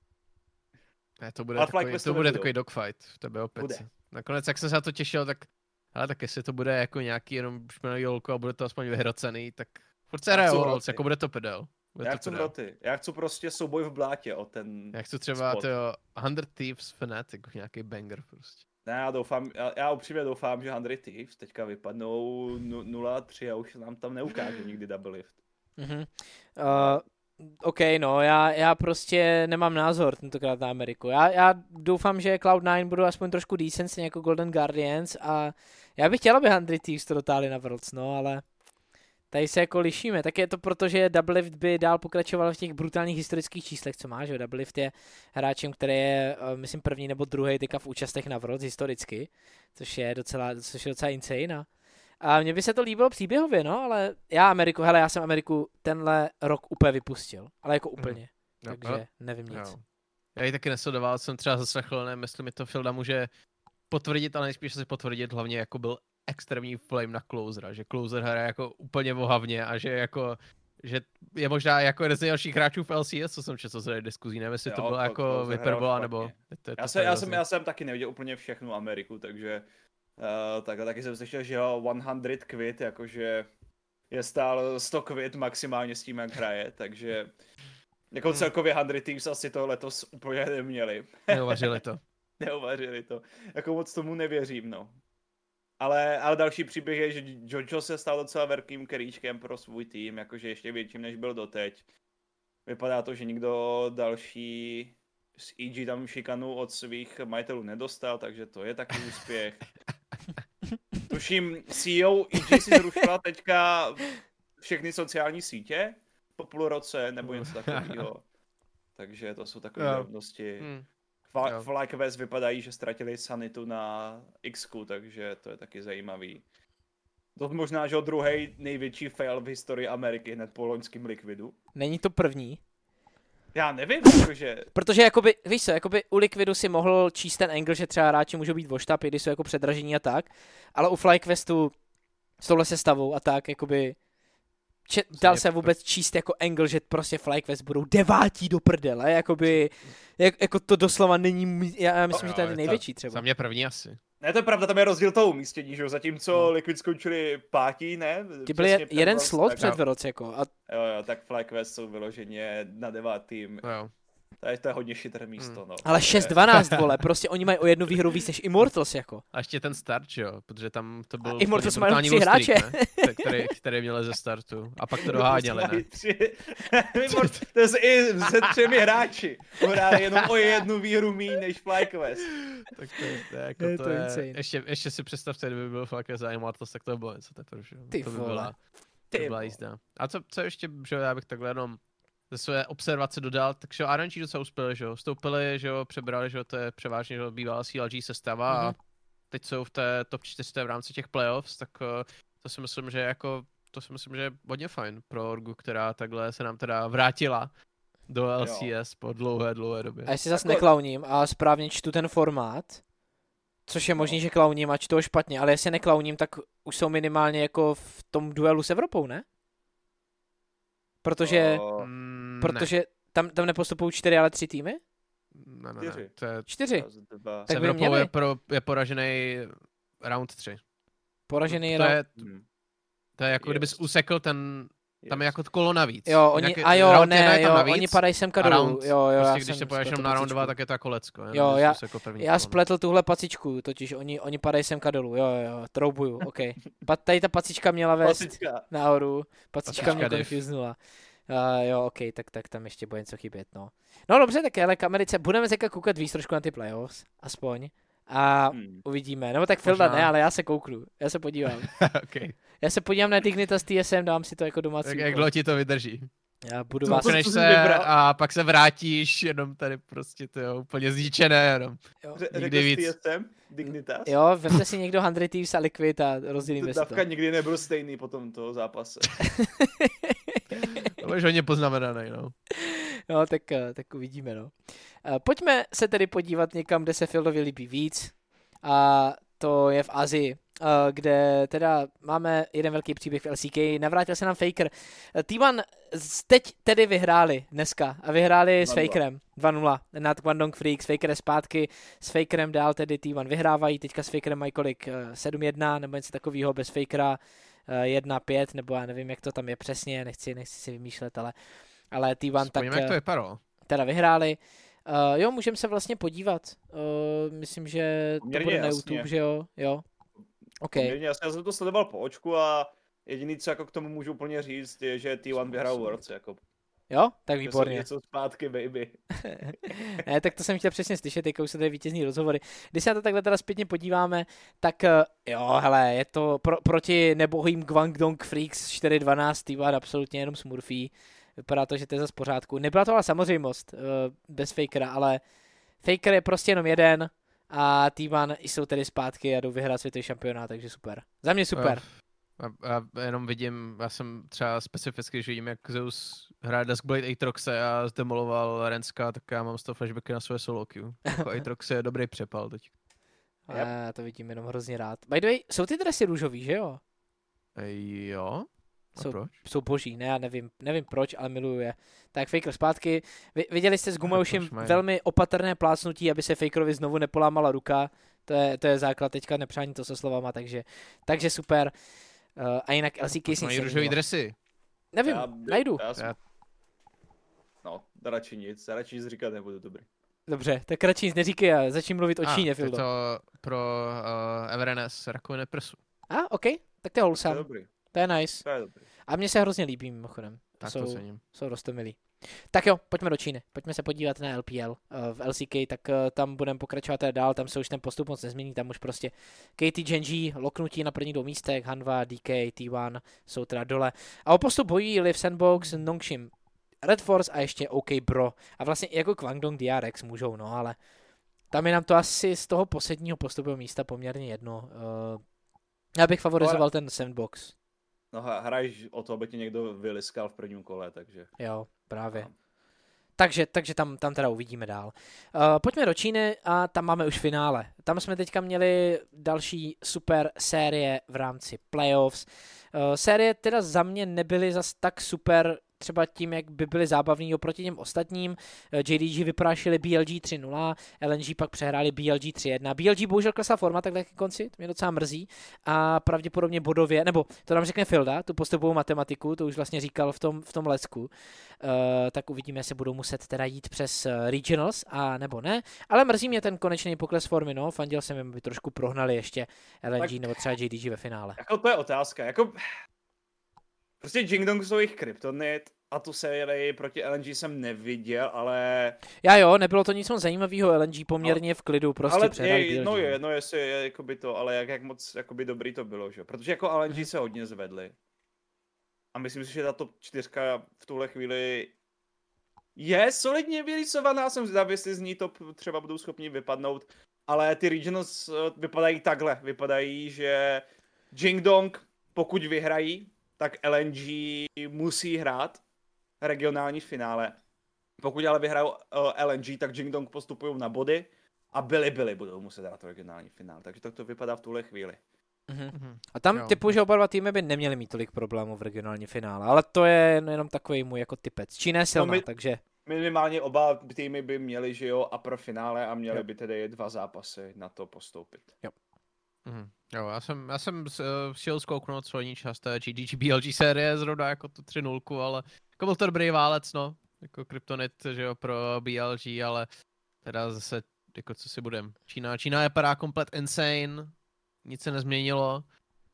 Ne, to bude takový, to bude takový dogfight v tebe opět. Bude. Nakonec, jak jsem se na to těšil, tak ale tak jestli to bude jako nějaký jenom špinavý holko a bude to aspoň vyhrocený, tak furt se hraje o Worlds, jako bude to pedel. Bude Já to chci pedel. roty. Já chci prostě souboj v blátě o ten Já chci třeba tyjo, one hundred Thieves Fnatic, nějaký banger prostě. Ne, já doufám, já, já upřímně doufám, že one hundred Thieves teďka vypadnou nula tři a už nám tam neukáže nikdy double lift. Mm-hmm. Uh, OK, no, já, já prostě nemám názor tentokrát na Ameriku. Já, já doufám, že Cloud nine budou aspoň trošku decent, stejně jako Golden Guardians a já bych chtěl, aby one hundred Thieves to dotáhli na Worlds, no, ale tady se jako lišíme. Tak je to proto, že Double Lift by dál pokračoval v těch brutálních historických číslech, co má, že Double Lift je hráčem, který je, myslím, první nebo druhý teďka v účastech na Worlds historicky, což je docela, což je docela insane. A mně by se to líbilo příběhově, no, ale já Ameriku, hele, já jsem Ameriku tenhle rok úplně vypustil, ale jako úplně, mm. takže no, nevím nic. No. Já ji taky nesledoval, jsem třeba zaslechl, nevím, jestli mi to Filda může potvrdit, ale nejspíš si potvrdit, hlavně jako byl extrémní flame na Closera, že Closer hraje jako úplně vohavně a že jako, že je možná jako jeden z nejlepších hráčů v L C S, co jsem četl z diskuzí, nevím, jestli jo, to bylo jako vyperbola, nebo... To, to já, jsem, já, jsem, já jsem taky neviděl úplně všechnu Ameriku, takže Uh, tak a taky jsem slyšel, že jo, sto quid, jakože je stál sto quid maximálně s tím, jak hraje, takže jako Hmm. celkově sto Teams asi to letos úplně neměli. Neuvařili to. Neuvařili to. Jako moc tomu nevěřím, no. Ale, ale další příběh je, že Jojo se stal docela velkým keríčkem pro svůj tým, jakože ještě větším, než byl doteď. Vypadá to, že nikdo další z E G tam šikanu od svých majitelů nedostal, takže to je taky úspěch. Tuším, C E O E G si zrušila teďka všechny sociální sítě po půl roce, nebo něco takového. Takže to jsou takové Jo. drobnosti. Hmm. Fla- Jo. Flyquest vypadají, že ztratili sanitu na X-ku, takže to je taky zajímavý. To možná, že druhý největší fail v historii Ameriky hned po loňském Liquidu. Není to první. Já nevím, jakože... Protože jakoby, víš co, jakoby u Liquidu si mohl číst ten angle, že třeba hráči můžou být voštap, i když jsou jako předražení a tak, ale u FlyQuestu s touhle sestavou a tak, jakoby če- dal se vůbec číst jako angle, že prostě FlyQuest budou devátí do prdele, jakoby, jak, jako to doslova není, mí- já, já myslím, No, že to je je to- největší třeba. Za mě první asi. Ne, to je pravda, tam je rozdíl toho umístění, že jo, zatímco No. Liquid skončili pátí, ne? Ty byli Přesně před jeden Worlds, slot tak- před Worlds, jako, a Jo, jo, tak FlyQuest jsou vyloženě na devátým. Jo. To je, to je hodně šitré místo, Hmm. no. ale To je- šest dvanáct, vole, prostě oni mají o jednu výhru víc než Immortals, jako. A ještě ten start, že jo, protože tam to byl Immortals úplně mají brutální tři win streak, hráče. ne? který, který měli ze startu. A pak to doháněli, ne? Mají tři- to je i se třemi hráči. Hráli jenom o jednu výhru míň než FlyQuest. Tak to je, to je, jako, Je to to je insane. ještě, ještě si představte, kdyby byl fakt za Immortals, tak to by bylo něco teprve, že jo. Ty To by vole. byla, to Ty by byla vole. jízda. A co, co ještě, že jo, já bych takhle jenom ze své observace dodal, takže R N G docela uspěli, že jo, vstoupili, že jo, přebrali, že jo, to je převážně, že jo, bývalá C L G sestava Mhm. a teď jsou v té top čtyřce v rámci těch playoffs, tak uh, to si myslím, že jako, to si myslím, že je hodně fajn pro Orgu, která takhle se nám teda vrátila do L C S po dlouhé, dlouhé době. A jestli zase Jako- neklauním a správně čtu ten formát, což je možný, že klauním a čtu ho špatně, ale jestli neklauním, tak už jsou minimálně jako v tom duelu s Evropou, ne? Protože, O, Mm, protože tam, tam nepostupují čtyři, ale tři týmy? ne, ne, ne, ne, čtyři. to je, Čtyři. raz, dva. s Tak by Evropou měli. je, pro, je poražený round tři. Poražený To je... je, Hm. to je jako Yes. kdybys usekl ten, tam je Yes. jako kolo navíc. Jo, oni, Jinak je- a jo, round jedna ne, je tam jo, navíc, oni padají semka a dolů. round, Jo, jo, já prostě když se jsem pojedeš spletl na round dva, pacičku. tak je to jako lecko. jenom Jo, když já- jsi jako první Já kolo. spletl tuhle pacičku, totiž oni, oni padají semka dolů, jo, jo, jo, troubuju, ok. Pa, tady ta pacička měla vést Pasička. nahoru, pacička Pacička mě div. confusenula. Uh, jo, ok, tak, tak tam ještě bude něco chybět, no. No dobře, tak ale k Americe budeme se koukat víc trošku na ty playoffs, aspoň. A Hm. uvidíme, nebo tak Filda Možná. ne, ale já se kouknu, já se podívám. okay. Já se podívám na Dignitas T S M, dám si to jako domácí Jak, úkol. jak dlouho ti to vydrží? Já budu Co vás... to- Koukneš jsi se vybral? a pak se vrátíš, jenom tady prostě to jo, úplně zničené jenom. Jo. Ře- Nikdy Řekl jsi víc. T S M? Dignitas? jo, vemte si někdo Hundred Thieves a Liquid a rozdělíme si to. Dávka nikdy nebyl stejný po tomto zápase. To budeš hodně poznamenaný, no. No, tak, eh, tak uvidíme, no. Eh, Pojďme se tedy podívat někam, kde se Fieldovi líbí víc. A to je v Asii, eh, kde teda máme jeden velký příběh v L C K. Navrátil se nám Faker. Eh, T jedna z- teď tedy vyhráli dneska a vyhráli s dva nula. Fakerem dva nula nad Guangdong Freaks. Faker je zpátky, s Fakerem dál tedy T jedna vyhrávají. Teďka s Fakerem mají kolik? Eh, sedm jedna nebo něco takového, bez Fakera eh, jedna pět, nebo já nevím, jak to tam je přesně, nechci, nechci si vymýšlet, ale, ale T jedna tak Vzpomínám, jak to eh, vypadalo. teda vyhráli. Uh, jo, můžeme se vlastně podívat. Uh, myslím, že to Poměrně bude na jasně. YouTube, že jo? Jo. OK. Poměrně jasně, já jsem to sledoval po očku a jediný, co jako k tomu můžu úplně říct, je, že T jedna vyhrál Worlds, jako. Jo? Tak Že jsou výborně. něco zpátky, baby. ne, tak to jsem chtěl přesně slyšet, teďka už se tady vítězný rozhovory. Když se na to takhle teda zpětně podíváme, tak uh, jo, hele, je to pro, proti nebohým Guangdong Freaks čtyři dvanáct, T jedna absolutně jenom smurfí. Vypadá to, že to je zase v pořádku. Nebyla to ale samozřejmost uh, bez Fakera, ale Faker je prostě jenom jeden a T jedna jsou tedy zpátky a jdou vyhrát světový šampionát, takže super. Za mě super. A, a jenom vidím, já jsem třeba specificky, že vidím, jak Zeus hraje Duskblade Aatroxe a zdemoloval Renska, tak já mám z toho flashbacky na své solo queue. Jako Aatrox je dobrý přepal teď. A já to vidím jenom hrozně rád. By the way, jsou ty dresy růžový, že jo? Ej, jo? A Jsou- proč? Jsou boží, ne, já nevím, nevím proč, ale miluju je. Tak Faker zpátky. Vy, viděli jste s Gumoušem proč mají? velmi opatrné plácnutí, aby se Fakerovi znovu nepolámala ruka, To je, to je základ teďka nepřání to se slovama, takže, takže super. Uh, a jinak L C K si Mají růžový dresy. Nevím, Já, najdu. Já jsem... Já- No, radši nic, radši nic říkat nebudu, dobrý. Dobře, tak radši nic neříkej a začni mluvit o A, Číně, je Fildo. to pro uh, Everness rakoviny prsu. A, OK, tak to je To je wholesome, dobrý, to je nice. to je dobrý. A mně se hrozně líbí mimochodem. Tak to jsou, cením. jsou rostomilí. Tak jo, pojďme do Číny. Pojďme se podívat na L P L. Uh, v L C K, tak uh, tam budeme pokračovat teda dál, tam se už ten postup moc nezmění, tam už prostě K T Genji, loknutí na prvních dvou místech, Hanwha, D K, T jedna jsou teda dole. A o postup bojí Liv Sandbox, Nongshim, Red Force a ještě OK Bro. A vlastně i jako Kwangdong D R X můžou, no, ale tam je nám to asi z toho posledního postupového místa poměrně jedno. Uh, já bych favorizoval ten Sandbox. No hraješ o to, aby tě někdo vyliskal v prvním kole, takže... Jo, právě. No. Takže, takže tam, tam teda uvidíme dál. Uh, pojďme do Číny a tam máme už finále. Tam jsme teďka měli další super série v rámci playoffs. Uh, série teda za mě nebyly zas tak super třeba tím, jak by byly zábavný oproti těm ostatním. J D G vyprášili B L G tři nula, L N G pak přehráli B L G tři jedna. B L G bohužel klesla forma takhle ke konci, to mě docela mrzí. A pravděpodobně bodově, nebo to nám řekne Filda, tu postupovou matematiku, to už vlastně říkal v tom, v tom lecku. Uh, tak uvidíme, jestli budou muset teda jít přes uh, Regionals, a nebo ne. Ale mrzí mě ten konečný pokles formy, no. Fandil jsem jim, aby trošku prohnali ještě L N G tak, nebo třeba J D G ve finále. Jako to je otázka, jako... Prostě Jingdong jsou jejich kryptonit a tu sérii proti L N G jsem neviděl, ale... Já jo, nebylo to nic moc zajímavého, L N G poměrně no, v klidu prostě ale přehrali je, no je jedno, jestli je jakoby to, ale jak, jak moc jakoby dobrý to bylo, že? Protože jako L N G se hodně zvedli. A myslím si, že ta top čtyřka v tuhle chvíli je solidně vyrysovaná, jsem zvědavý, jestli z ní top třeba budou schopni vypadnout, ale ty regionals vypadají takhle, vypadají, že Jingdong, pokud vyhrají, tak L N G musí hrát regionální finále. Pokud ale vyhrajou uh, L N G, tak Jingdong postupují na body a byli byli budou muset hrát regionální finále. Takže tak to vypadá v tuhle chvíli. Mm-hmm. A tam jo. typu, že oba dva týmy by neměli mít tolik problémů v regionální finále, ale to je jenom takový můj jako typec. Čína je silná, no my, takže... Minimálně oba týmy by měli, že jo, a pro finále a měli jo. by tedy dva zápasy na to postoupit. Jo. Mm, jo, já jsem, já jsem uh, chtěl zkouknout celý čas té G D G B L G série zrovna jako tu tři nula, ale jako byl to dobrý válec, no. Jako kryptonit, že jo, pro B L G, ale teda zase, jako co si budem. Čína, Čína je padá komplet insane, nic se nezměnilo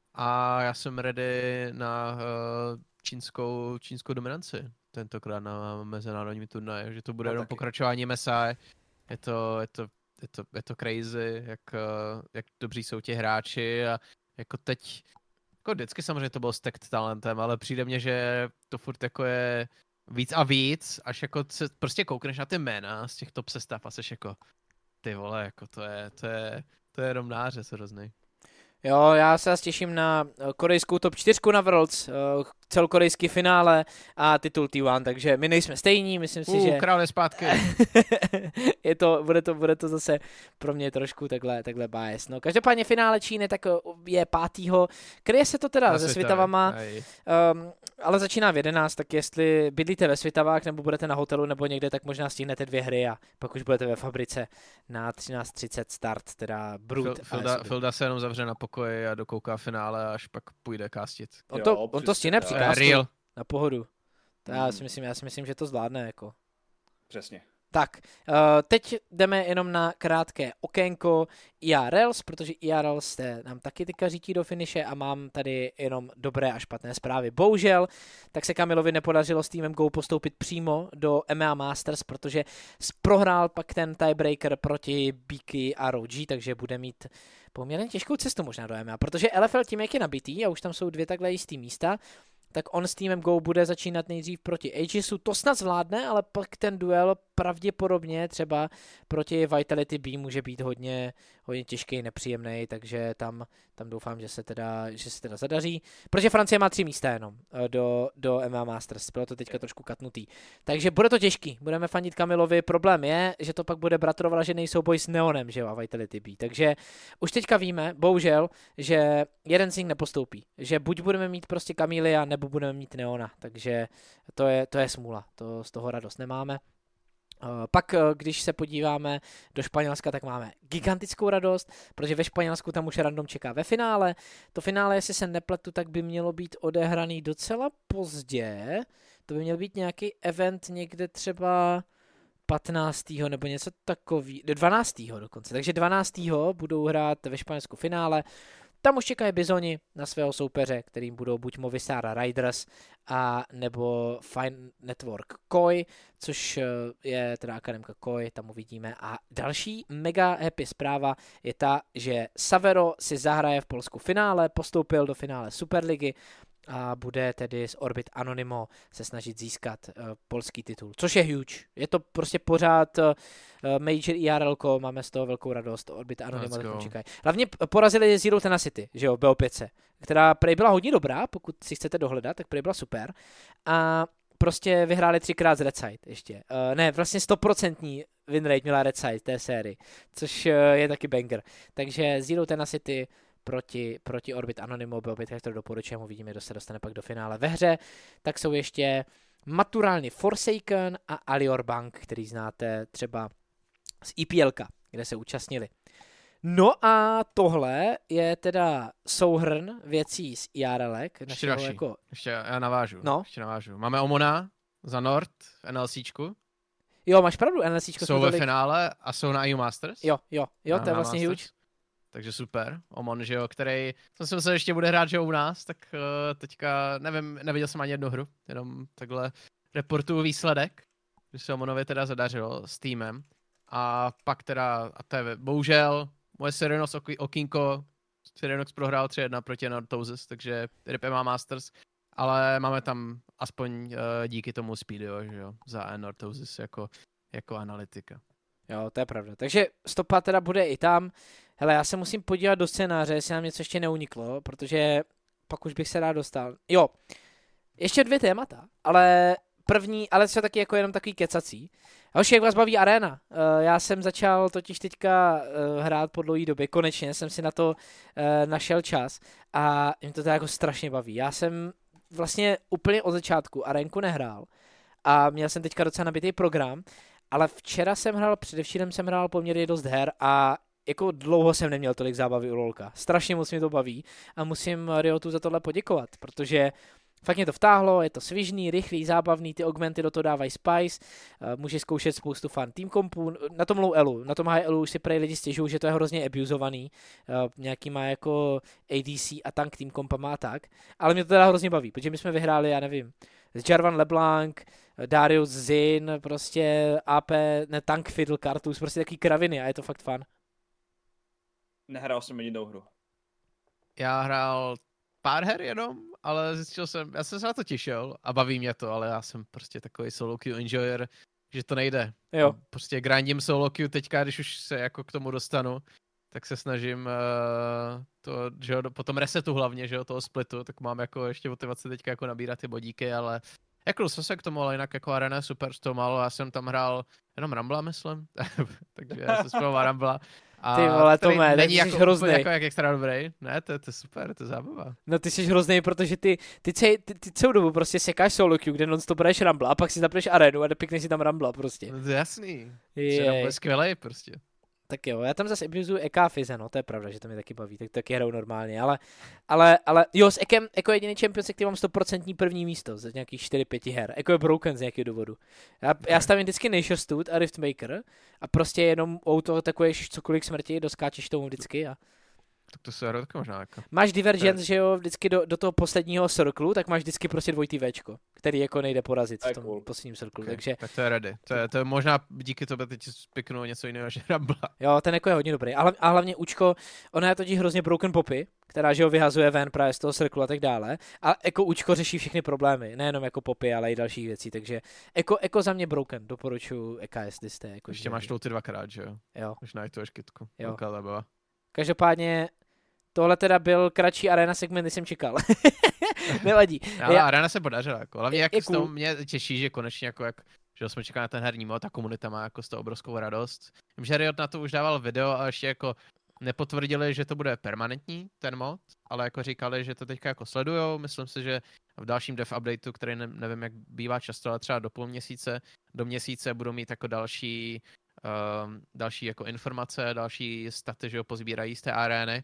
a já jsem ready na uh, čínskou, čínskou dominanci. Tentokrát na mezinárodním turnaji, že to bude no, jenom taky. Pokračování M S I. Je to, je to Je to, je to crazy, jak, jak dobří jsou ti hráči a jako teď, jako vždycky samozřejmě to bylo stacked talentem, ale přijde mně, že to furt jako je víc a víc, až jako se prostě koukneš na ty jména z těch top sestav a seš jako ty vole, jako to je, to je, to je jenom nářez hrozný. Jo, já se těším na korejskou top čtyři na Worlds, celokorejský finále a titul T jedna, takže my nejsme stejní, myslím si, uh, že... král je zpátky. je to, bude, to, bude to zase pro mě trošku takhle, takhle bias. No, každopádně finále Číny tak je pátýho Kryje se to teda se Svitavama, um, ale začíná v jedenáct, tak jestli bydlíte ve Svitavách nebo budete na hotelu nebo někde, tak možná stihnete dvě hry a pak už budete ve fabrice na třináct třicet start, teda Brut. Filda, Filda se jenom zavře na pokoji a dokouká finále, až pak půjde kastit. On to, jo, on to stihne při castu na pohodu. To já, si myslím, já si myslím, že to zvládne. Jako. Přesně. Tak, uh, teď jdeme jenom na krátké okénko I R Ls, protože I R Ls jste nám taky teďka řítí do finiše a mám tady jenom dobré a špatné zprávy. Bohužel, tak se Kamilovi nepodařilo s týmem Go postoupit přímo do M M A Masters, protože prohrál pak ten tiebreaker proti Beaky a R O G, takže bude mít poměrně těžkou cestu možná do M M A, protože L F L tím, jak je nabitý a už tam jsou dvě takhle jistý místa, tak on s týmem Go bude začínat nejdřív proti Aegisu, to snad zvládne, ale pak ten duel pravděpodobně třeba proti Vitality B může být hodně, hodně těžký, nepříjemný, takže tam, tam doufám, že se, teda, že se teda zadaří, protože Francie má tři místa jenom do, do M M A Masters, bylo to teďka trošku katnutý, takže bude to těžký, budeme fandit Kamilovi, problém je, že to pak bude bratrovražený souboj s Neonem, že jo, a Vitality B, takže už teďka víme, bohužel, že jeden z nich nepostoupí, že buď budeme mít prostě Kamilia, nebo budeme mít Neona, takže to je, to je smůla, to z toho radost nemáme. Pak, když se podíváme do Španělska, tak máme gigantickou radost, protože ve Španělsku tam už random čeká ve finále. To finále, jestli se nepletu, tak by mělo být odehraný docela pozdě. To by měl být nějaký event někde třeba patnáctého nebo něco takový, dvanáctého dokonce. Takže dvanáctého budou hrát ve Španělsku finále. Tam už čekají Bizoni na svého soupeře, kterým budou buď Movistar Riders a nebo Fine Network Koi, což je teda akademka Koi, tam uvidíme. A další mega happy zpráva je ta, že Savero si zahraje v Polsku finále, postoupil do finále Superligy a bude tedy z Orbit Anonymo se snažit získat uh, polský titul, což je huge. Je to prostě pořád uh, Major I R L ko, máme z toho velkou radost, Orbit Anonymo tak čekají. Hlavně porazili Zero Tenacity, že jo, B O pět, která prej byla hodně dobrá, pokud si chcete dohledat, tak prej byla super. A prostě vyhráli třikrát z Red Side ještě. Uh, ne, vlastně stoprocentní win rate měla Red Side té sérii, což uh, je taky banger. Takže Zero Tenacity proti, proti Orbit Anonymo, byl byt, který doporučujeme, uvidíme, kdo se dostane pak do finále ve hře. Tak jsou ještě maturálně Forsaken a Alior Bank, který znáte třeba z I P L ka, kde se účastnili. No a tohle je teda souhrn věcí z I R L ek. Ještě další, jako... ještě já navážu, no? ještě navážu. Máme Omona za Nord v NLCčku. Jo, máš pravdu, NLCčko jsou ve finále a jsou na E U Masters. Jo, jo, jo, na, to je vlastně huge. Takže super. Omon, že jo, který jsem si myslel, že ještě bude hrát, že jo, u nás, tak uh, teďka, nevím, neviděl jsem ani jednu hru, jenom takhle reportuju výsledek, že se Omonovi teda zadařilo s týmem. A pak teda, a to je bohužel, moje Serenos okýnko, Serenox prohrál tři jedna proti Northoses, takže R I P M A Masters, ale máme tam aspoň uh, díky tomu Speedio, že jo, za Northoses jako, jako analytika. Jo, to je pravda. Takže stopa teda bude i tam. Hele, já se musím podívat do scénáře, jestli nám něco ještě neuniklo, protože pak už bych se rád dostal. Jo, ještě dvě témata, ale první, ale co taky jako jenom takový kecací. Hoši, jak vás baví Arena? Uh, já jsem začal totiž teďka uh, hrát po dlouhé době, konečně jsem si na to uh, našel čas a mě to teda jako strašně baví. Já jsem vlastně úplně od začátku Arenku nehrál a měl jsem teďka docela nabitý program, ale včera jsem hrál, předevčírem jsem hrál poměrně dost her a jako dlouho jsem neměl tolik zábavy u LoLka. Strašně moc mě to baví a musím Riotu za tohle poděkovat, protože fakt mě to vtáhlo, je to svižný, rychlý, zábavný, ty augmenty do toho dávají spice, můžeš zkoušet spoustu fan team kompů, na tom low elu, na tom high elu už si prej lidi stěžují, že to je hrozně abusovaný, nějaký má jako A D C a tank team kompama a tak, ale mě to teda hrozně baví, protože my jsme vyhráli, já nevím, z Jarvan LeBlanc, Darius Zin, prostě A P, ne, Tank Fiddle, Kartus, prostě takový kraviny a je to fakt fun. Nehrál jsem jedinou hru. Já hrál pár her jenom, ale zjistil jsem, já jsem se na to těšil a baví mě to, ale já jsem prostě takový solo queue enjoyer, že to nejde. Jo. Prostě grindím solo queue teďka, když už se jako k tomu dostanu, tak se snažím uh, to, že jo, po tom resetu hlavně, že jo, toho splitu, tak mám jako ještě motivaci teďka jako nabírat ty bodíky, ale jako dostal se k tomu, ale jinak jako Arena je super, z toho málo, já jsem tam hrál jenom Rambla, myslím, takže já jsem spěl Rambla. A ty vole, Tome, není ty jako, jsi hrozný. Jako jak extra dobrý. Ne, to, to je super, to je zábava. No ty jsi hrozný, protože ty, ty, ty, ty, ty celou dobu prostě sekáš solo queue, kde non-stop hraješ Rambla a pak si zapneš Arenu a nepikneš si tam Rambla prostě. No to je jasný. Je je skvělej prostě. Tak jo, já tam zase abuzuju Eka Fize, no to je pravda, že to mě taky baví, tak taky hraju normálně, ale, ale, ale jo, s Ekem, jako jediný champion, se kterým mám sto procent první místo z nějakých čtyři pět her, Eko je broken z nějakého důvodu. Já, já stavím vždycky Nature Stud a Riftmaker a prostě jenom auto takuješ cokoliv smrti, doskáčeš tomu vždycky a... Tak to se hraje taky možná jako. Máš Divergence, že jo, vždycky do, do toho posledního cirklu, tak máš vždycky prostě dvojitý Včko, který jako nejde porazit v tom cool. posledním cirklu, okay. takže... Tak to je ready, to je, to je možná díky tobě teď spiknu něco jiného než Rambla. Jo, ten jako je hodně dobrý, a, a hlavně Učko, ona je totiž hrozně broken popy, která, že ho vyhazuje ven právě z toho cirklu a tak dále, a jako Učko řeší všechny problémy, nejenom jako popy, ale i dalších věcí, takže Eko, Eko za mě broken, doporučuji Eka, jestli jste jako... Ještě máš ty dvakrát, že jo? Jo. Možná i tu škytku. Jo. Velká. Každopádně tohle teda byl kratší Arena segment, než jsem čekal. Nevadí. Ale Já... Arena se podařila, jako. Hlavně jak je z cool. toho mě těší, že konečně jako jak, že jsme čekali na ten herní mod, ta komunita má jako z toho obrovskou radost. Vím, že Riot na to už dával video a ještě jako nepotvrdili, že to bude permanentní, ten mod, ale jako říkali, že to teďka jako sledujou. Myslím si, že v dalším dev updateu, který ne, nevím, jak bývá často, ale třeba do půl měsíce, do měsíce budou mít jako další, um, další jako informace, další staty, že ho pozbírají z té arény.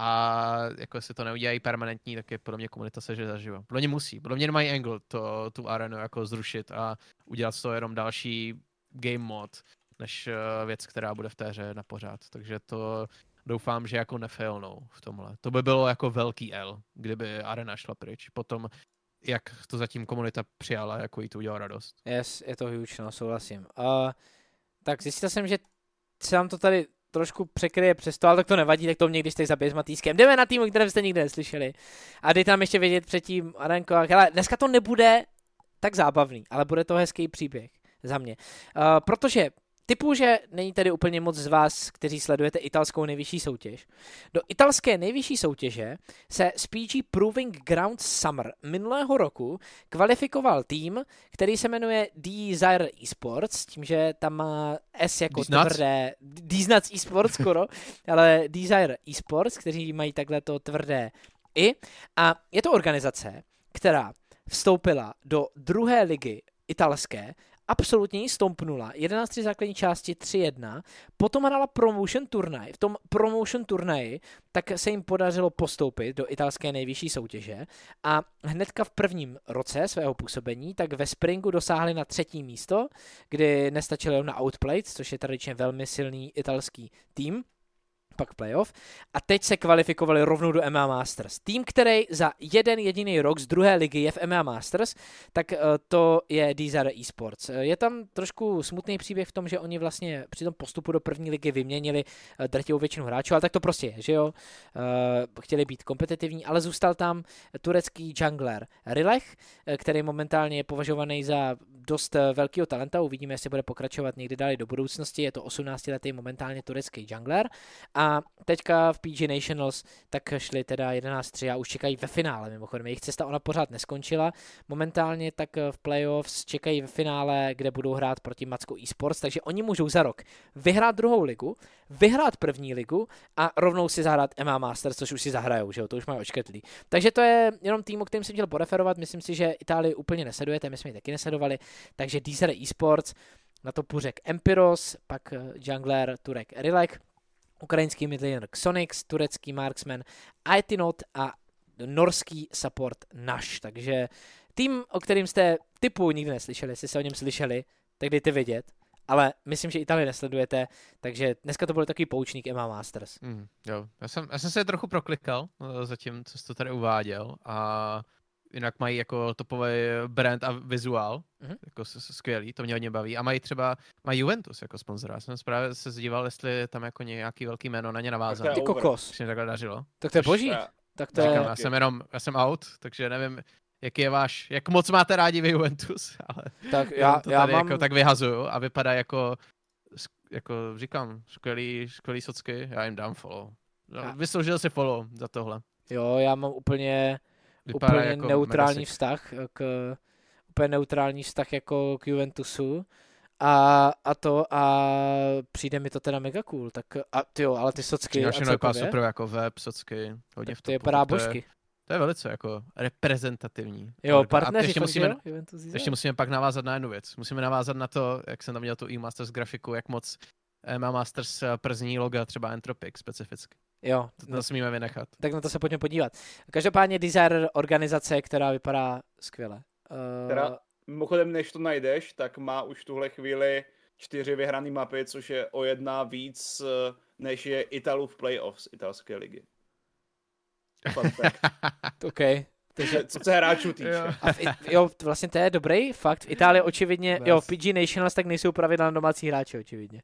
A jako jestli to neudělají permanentní, tak je podle mě komunita se že zaživa. Podle mě musí. Podle mě nemají angle to, tu arénu jako zrušit a udělat z toho jenom další game mod, než uh, věc, která bude v té hře na pořád. Takže to doufám, že jako nefailnou v tomhle. To by bylo jako velký L, kdyby arena šla pryč. Potom, jak to zatím komunita přijala, jako jí to udělalo radost. Yes, je to huge, no, souhlasím. Uh, tak zjistil jsem, že se nám to tady trošku překryje přesto, ale tak to nevadí, tak to mě, když jste zabije s Matýskem. Jdeme na tým, o kterém jste nikdy neslyšeli. A dejte nám ještě vědět předtím, Arenko, hele, dneska to nebude tak zábavný, ale bude to hezký příběh za mě. Uh, protože typu, že není tady úplně moc z vás, kteří sledujete italskou nejvyšší soutěž. Do italské nejvyšší soutěže se z P G Proving Grounds Summer minulého roku kvalifikoval tým, který se jmenuje Desire Esports, tím, že tam má S jako tvrdé, Desnuts Esports skoro, ale Desire Esports, kteří mají takhle to tvrdé I. A je to organizace, která vstoupila do druhé ligy italské, absolutně ji stompnula, jedenáct tři základní části, tři jedna, potom hrála promotion turnaj, v tom promotion turnaji tak se jim podařilo postoupit do italské nejvyšší soutěže a hnedka v prvním roce svého působení tak ve Springu dosáhli na třetí místo, kdy nestačili jenom na Outplayed, což je tradičně velmi silný italský tým, pak playoff. A teď se kvalifikovali rovnou do M M A Masters. Tým, který za jeden jediný rok z druhé ligy je v M M A Masters, tak uh, to je Desire Esports. Je tam trošku smutný příběh v tom, že oni vlastně při tom postupu do první ligy vyměnili uh, drtivou většinu hráčů, ale tak to prostě je, že jo? Uh, chtěli být kompetitivní, ale zůstal tam turecký jungler Rilech, který momentálně je považovaný za dost velkého talenta. Uvidíme, jestli bude pokračovat někdy dál do budoucnosti. Je to osmnáctiletý momentálně turecký jungler. A teďka v P G Nationals tak šli teda jedenáct tři a už čekají ve finále. Mimochodem, jejich cesta ona pořád neskončila. Momentálně tak v playoffs čekají ve finále, kde budou hrát proti Macko Esports, takže oni můžou za rok vyhrát druhou ligu, vyhrát první ligu a rovnou si zahrát M M A Masters, což už si zahrajou, že jo, to už mají očketlý. Takže to je jenom tým, o kterém jsem chtěl poreferovat. Myslím si, že Itálii úplně nesledujete, my jsme ji taky nesledovali. Takže Desire Esports, na to Puřek Empiros, pak jungler Turek Rilek, ukrajinský midlaner Xonix, turecký marksman Aitinot a norský support Nash. Takže tým, o kterým jste typu nikdy neslyšeli, jestli se o něm slyšeli, tak dejte vědět. Ale myslím, že Itálii nesledujete, takže dneska to byl takový poučník M M A Masters. Mm, jo. Já jsem, já jsem se trochu proklikal zatím, co jsi to tady uváděl a jinak mají jako topový brand a vizuál, mm-hmm. jako skvělý, to mě hodně baví. A mají třeba, mají Juventus jako sponzora. Já jsem právě se zdíval, jestli tam jako nějaký velký jméno na ně navázal. Ty kokos. Když takhle dařilo. Tak to je boží. Tak to je... Říkám, já jsem jenom, já jsem out, takže nevím, jaký je váš, jak moc máte rádi vy Juventus, ale tak já, to já tady mám... jako tak vyhazuju a vypadá jako, jako říkám, skvělý, skvělý socky, já jim dám follow. Já... Vysloužil si follow za tohle. Jo, já mám úplně... Vypadá úplně jako neutrální Medasic. vztah k úplně neutrální vztah jako k Juventusu a, a to a přijde mi to teda mega cool, tak a tyjo, ale ty socky a všechno vypadá celkově, super jako web, socky, hodně v to je topu, padá to je, božky. to je velice jako reprezentativní. Jo, A partneři, ještě fakt, musíme, jo? Juventus ještě musíme pak navázat na jednu věc. Musíme navázat na to, jak jsem tam měl tu e-Masters grafiku, jak moc má Masters przní loga, třeba Entropic specificky. Jo. To, to smíme vynechat. Tak na to se pojďme podívat. Každopádně Desire organizace, která vypadá skvěle. Uh... Teda, mimochodem, než to najdeš, tak má už v tuhle chvíli čtyři vyhrané mapy, což je o jedna víc, než je Italů v playoffs italské ligy. Fun fact. OK. Takže, co se hráčů týče. Jo. A v, jo, vlastně to je dobrý fakt. V Itálii očividně, Bez. jo, v P G Nationals tak nejsou pravidla na domácí hráči, očividně.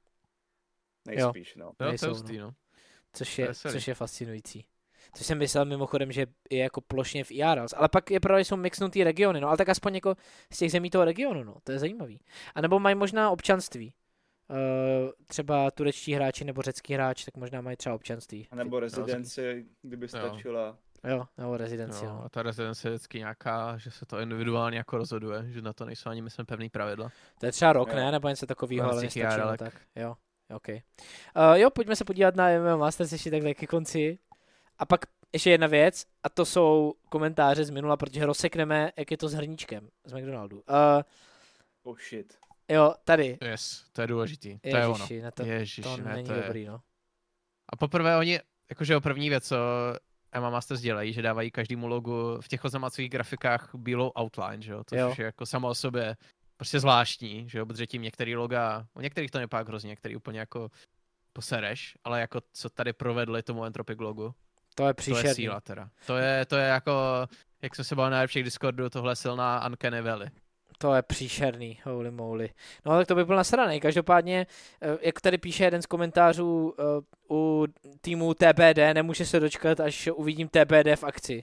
Nejspíš, no. Jo, Nejsou, to je hustý, no. Což je, To je což je fascinující. Což jsem myslel mimochodem, že je jako plošně v I R Ls. Ale pak je pravda, že jsou mixnutý regiony, no ale tak aspoň jako z těch zemí toho regionu, no. To je zajímavý. A nebo mají možná občanství. Uh, třeba turečtí hráči nebo řecký hráč, tak možná mají třeba občanství. A nebo rezidenci, kdyby stačila. Jo, nebo rezidenci, jo, no. a ta rezidence je vždycky nějaká, že se to individuálně jako rozhoduje, že na to nejsou ani, myslím, pevný pravidla. To je třeba rok, jo. ne? Nebo něco takového, ale těch nestačilo, járelek. tak jo. OK. Uh, jo, pojďme se podívat na M M A Masters ještě takhle ke konci. A pak ještě jedna věc, a to jsou komentáře z minula, protože rozsekneme, jak je to s hrníčkem z McDonaldu. Uh, Oh shit. jo, tady. Yes, to je důležitý. To Ježiši, je ono. na to, Ježiši, to ne, není to je... dobrý, no. A poprvé oni, jakože o první věc, co M M A Masters dělají, že dávají každému logu v těch oznamovacích grafikách bílou outline, že jo, což Jo. je jako samo o sobě prostě zvláštní, že jo, protože tím některý loga, u některých to nepák hrozně, některý úplně jako posereš, ale jako co tady provedli tomu Entropic logu, To je to příšerný. je síla teda. To je, to je jako, jak jsme se bavili na všech Discordu, tohle je silná Uncanny Valley. To je příšerný, holy moly. No tak to by byl nasranej. Každopádně, eh, jak tady píše jeden z komentářů, eh, u týmu T B D nemůže se dočkat, až uvidím T B D v akci.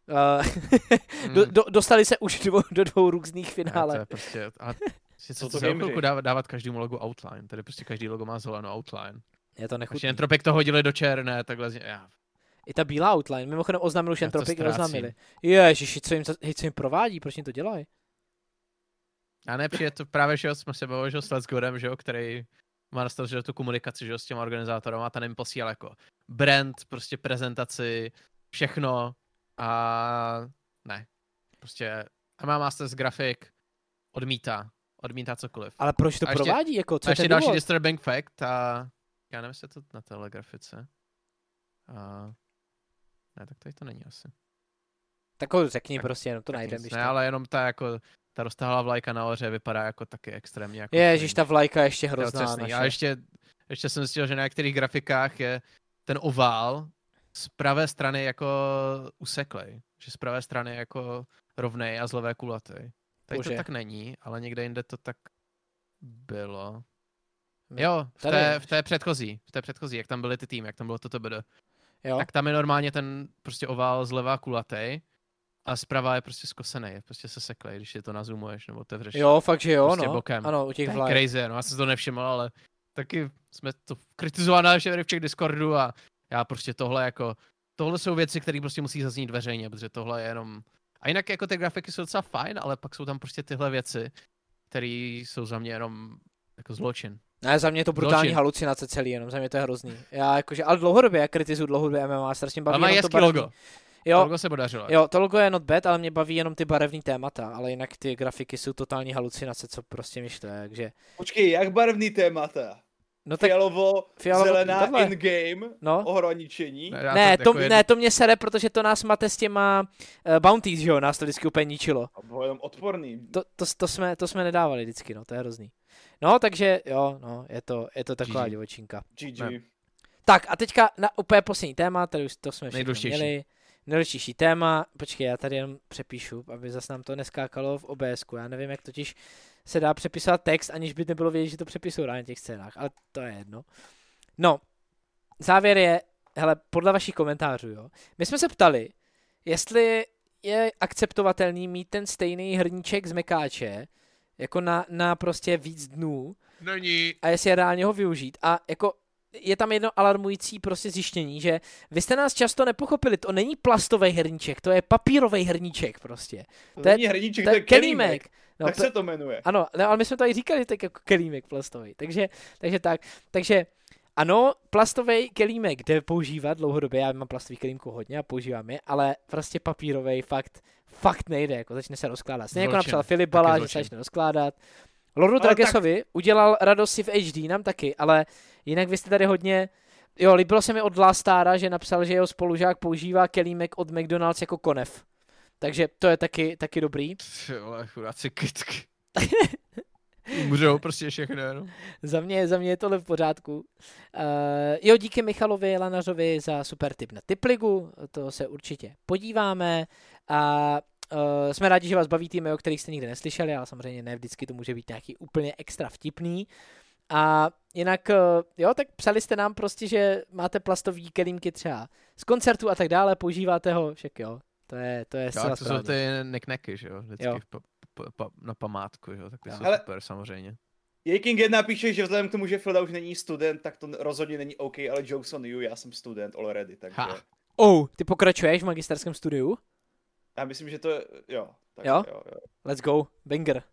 Eh, do, Mm. do, dostali se už dvou, do dvou různých Ne, to finále. je prostě, a Jsou si co to to za gameři. chvilku dávat, dávat každému logu outline, tady prostě každý logo má zelenou outline. Je to Ještě nechutný. Entropik to hodili do černé, takhle, z- já, I ta bílá outline. Mimochodem oznámil už Já to Entropik, ztrácím. oznámili. Ježiši, co jim, za- hej, co jim provádí, proč jim to dělají? a ne, přijde to právě, že jo, jsme se bavili, že jo, s Let's Godem, že jo, který má na starosti, že jo, tu komunikaci, že jo, s těma organizátorem a ten jim posílal jako brand, prostě prezentaci, všechno a ne, prostě M M A Masters grafik odmítá, odmítá cokoliv. Ale proč to A ještě- provádí, jako, co A je ještě ten další důvod? disturbing fact a já nevím, jestli je to na téhle grafice. A... Ne, tak tady to není asi. Tak ho řekni Tak- prostě, no to Tak najdem, nic, když ne, tak. ale jenom ta jako, ta roztahlá vlajka nahoře vypadá jako taky extrémně jako... Ježiš, ta vlajka je ještě je hrozná. otřesný. Naše. A ještě, ještě jsem zjistil, že na některých grafikách je ten ovál z pravé strany jako useklej. Že z pravé strany je jako rovnej a z levé kulatý. Tady Bože. to tak není, ale někde jinde to tak bylo. My- Jo, v tady té, je. v té předchozí, v té předchozí, jak tam byly ty týmy, jak tam bylo to T B D. Jo? Tak tam je normálně ten prostě ovál zleva kulatý a zprava je prostě skosený, je prostě se seklej, když je to nazumuješ nebo otevřeš. Jo, fakt, že jo, prostě no. bokem. Ano, u těch To je vlajek. crazy, no, já jsem si to nevšiml, ale taky jsme to kritizovali v všech Discordu a já prostě tohle jako, tohle jsou věci, které prostě musí zaznít veřejně, protože tohle je jenom, a jinak jako ty grafiky jsou docela fajn, ale pak jsou tam prostě tyhle věci, které jsou za mě jenom jako zločin. Ne, za mě je to brutální Zločin. halucinace celý, jenom za mě to je hrozný. Já jakože, ale dlouhodobě, já kritizuju dlouhodobě M M A, strašně baví Ale má jenom to hezký barevný. logo, to Jo, logo se podařilo. jo, to logo je not bad, ale mě baví jenom ty barevný témata, ale jinak ty grafiky jsou totální halucinace, co prostě mi štve, takže... Počkej, jak barevný témata? No tak, Fialovo, fialovo- zelená, tohle. in-game, no. ohraničení. já Ne, to, jako jedno- ne, to mě sere, protože to nás mate s těma uh, bounties, že jo, nás to vždycky úplně ničilo. A bylo jenom odporný. To, to, to, jsme, to jsme nedávali vždycky, no, to je hrozný. No, takže jo, no, je to, je to taková G G. divočinka. G G. Ne. Tak a teďka na úplně poslední téma, tady už to jsme všechno Nejdůležitější. měli. Nejdůležitější téma, počkej, já tady jenom přepíšu, aby zase nám to neskákalo v O B S ku. Já nevím, jak totiž se dá přepisovat text, aniž by nebylo vědět, že to přepisují na těch scénách, ale to je jedno. No, závěr je, hele, podle vašich komentářů, jo. My jsme se ptali, jestli je akceptovatelný mít ten stejný hrníček z mekáče, jako na, na prostě víc dnů, Není. a jestli je reálně ho využít. A jako je tam jedno alarmující prostě zjištění, že vy jste nás často nepochopili, to není plastový hrníček, to je papírový hrníček prostě. To, To je- není hrníček, To to je je kelímek. kelímek. No, Tak to- se to jmenuje. ano, ne, ale my jsme to i říkali, tak jako kelímek plastový. Takže, takže tak, takže ano, plastový kelímek jde používat dlouhodobě, já mám plastový kelímku hodně a používám je, ale prostě papírový fakt, fakt nejde, jako začne se rozkládat. Stejně jako Zločin. napsal Filip Taky Bala, že se zločin. začne rozkládat. Lordu Ale Dragesovi udělal radost si v H D, nám taky, ale jinak vy jste tady hodně, jo, líbilo se mi od Lastara, že napsal, že jeho spolužák používá kelímek od McDonald's jako konev. Takže to je taky, taky dobrý. Ty vole, chudáci kytky. Umřou prostě všechno, no. Za mě, za mě je tohle v pořádku. Uh, jo, díky Michalovi Lanařovi za super tip na Tipligu, to se určitě podíváme a uh, jsme rádi, že vás baví týmy, o kterých jste nikdy neslyšeli, ale samozřejmě ne vždycky to může být nějaký úplně extra vtipný. A jinak, uh, jo, tak psali jste nám prostě, že máte plastový kelímky třeba z koncertu a tak dále, používáte ho, však jo, to je, to je Jo, zcela to jsou správně. ty necknecky, že jo, vždycky Jo. pa, pa, pa, na památku, že jo, tak ty jsou Hele- super samozřejmě. Jaking jedna píše, že vzhledem k tomu, že Filda už není student, tak to rozhodně není OK, ale jokes on you, já jsem student already, takže Ha. Oh, ty pokračuješ v magisterském studiu? já myslím, že to je, jo. Tak Jo? jo, jo. Let's go, banger.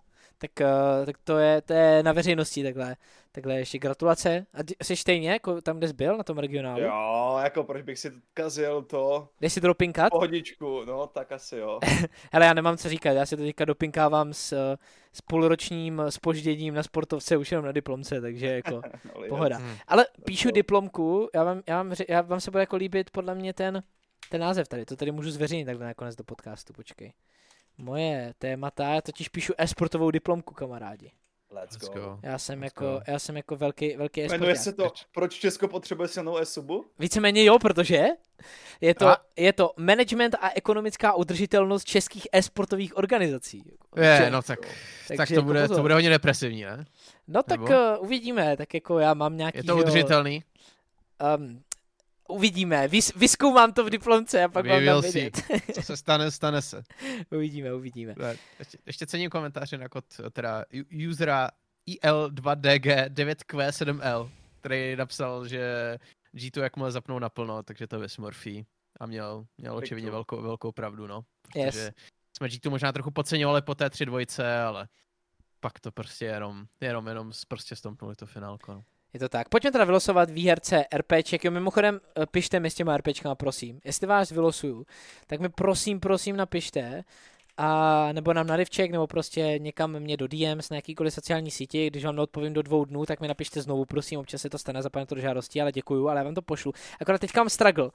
Tak, uh, tak to, je, to je na veřejnosti takhle. Takhle ještě gratulace. A ty, jsi stejně, jako tam, kde jsi byl, na tom regionálu? Jo, jako proč bych si kazil to... Jdeš si to dopinkat? Pohodičku, no, tak asi jo. Hele, já nemám co říkat, já si to teďka dopinkávám s, s půlročním zpožděním na sportovce už jenom na diplomce, takže jako no, pohoda. Hmm. Ale píšu diplomku, já vám, já, vám, ře- já vám se bude jako líbit podle mě ten, ten název tady, to tady můžu zveřejnit takhle nakonec do podcastu, počkej. Moje témata, já totiž píšu e-sportovou diplomku, kamarádi. Let's Let's go. go. Já jsem Let's jako, go. já jsem jako velký, velký Jmenuje e-sporták. se to, proč Česko potřebuje silnou e-subu? Víceméně jo, protože je to, A? je to management a ekonomická udržitelnost českých e-sportových organizací. Je, Že- no tak, takže tak to, jako bude, pozor. to bude hodně depresivní, ne? No tak Nebo? uh, uvidíme, tak jako já mám nějaký... Je to že jo, udržitelný? Um, uvidíme, Vys, vyzkoumám to v diplomce a pak We vám will dám see. vědět. Co se stane, stane se. Uvidíme, uvidíme. Ne, Ještě, ještě cením komentáře na kod teda u- usera I L dva D G devět Q sedm L, který napsal, že G dva jakmile zapnou naplno, takže to vysmorfí. A měl, měl očividně velkou, velkou pravdu, no. Protože Yes. jsme G dva možná trochu podceňovali po té tři dvojce, ale pak to prostě jenom, jenom, jenom prostě stompnuli to finálko. No. Je to tak. Pojďme teda vylosovat výherce RPček. Jo, mimochodem, eh, pište mi s těma RPčkama, prosím. Jestli vás vylosuju, tak mi prosím, prosím napište. A nebo nám na Rivček, nebo prostě někam mě do D Ms na jakýkoliv sociální síti, když vám neodpovím do dvou dnů, tak mi napište znovu, prosím, občas se to stane, zapadne to do žádosti, ale děkuju, ale já vám to pošlu. Akorát teďka mám struggle, uh,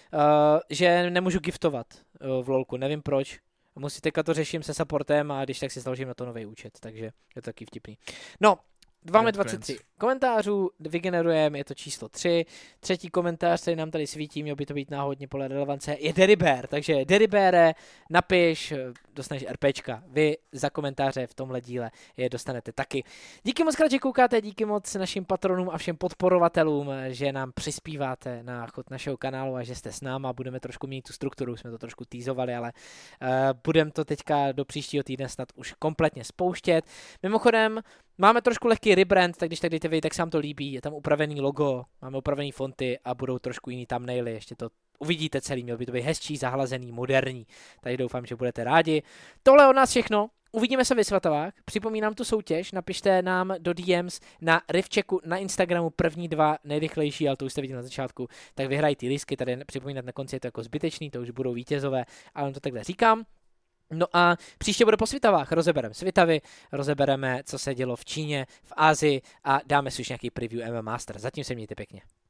že nemůžu giftovat uh, v lolku, nevím proč. Musí teďka to řeším se supportem a když tak si založím na to nový účet, takže je to taky vtipný. No, máme dvacet tři komentářů, vygenerujeme, je to číslo tři. Třetí komentář, který nám tady svítí, měl by to být náhodně podle relevance, je Deribér. Takže Deribére, napiš, dostaneš RPčka. Vy za komentáře v tomhle díle je dostanete taky. Díky moc krát, že koukáte, díky moc našim patronům a všem podporovatelům, že nám přispíváte na chod našeho kanálu a že jste s náma. Budeme trošku mít tu strukturu, jsme to trošku týzovali, ale uh, budeme to teďka do příštího týdne snad už kompletně spouštět. Mimochodem, máme trošku lehký rebrand, tak když tak dejte vědět, tak se vám to líbí, je tam upravený logo, máme upravený fonty a budou trošku jiný thumbnaily, ještě to uvidíte celý, měl by to být hezčí, zahlazený, moderní, takže doufám, že budete rádi. Tohle od nás všechno, uvidíme se ve Svatovách, připomínám tu soutěž, napište nám do D Ms na Rivčeku na Instagramu první dva nejrychlejší, ale to už jste viděli na začátku, tak vyhrají ty lístky, tady připomínat na konci je to jako zbytečný, to už budou vítězové, ale to takhle říkám. No a příště bude po Svitavách, rozebereme Svitavy, rozebereme, co se dělo v Číně, v Asii a dáme si už nějaký preview M M A Master. Zatím se mějte pěkně.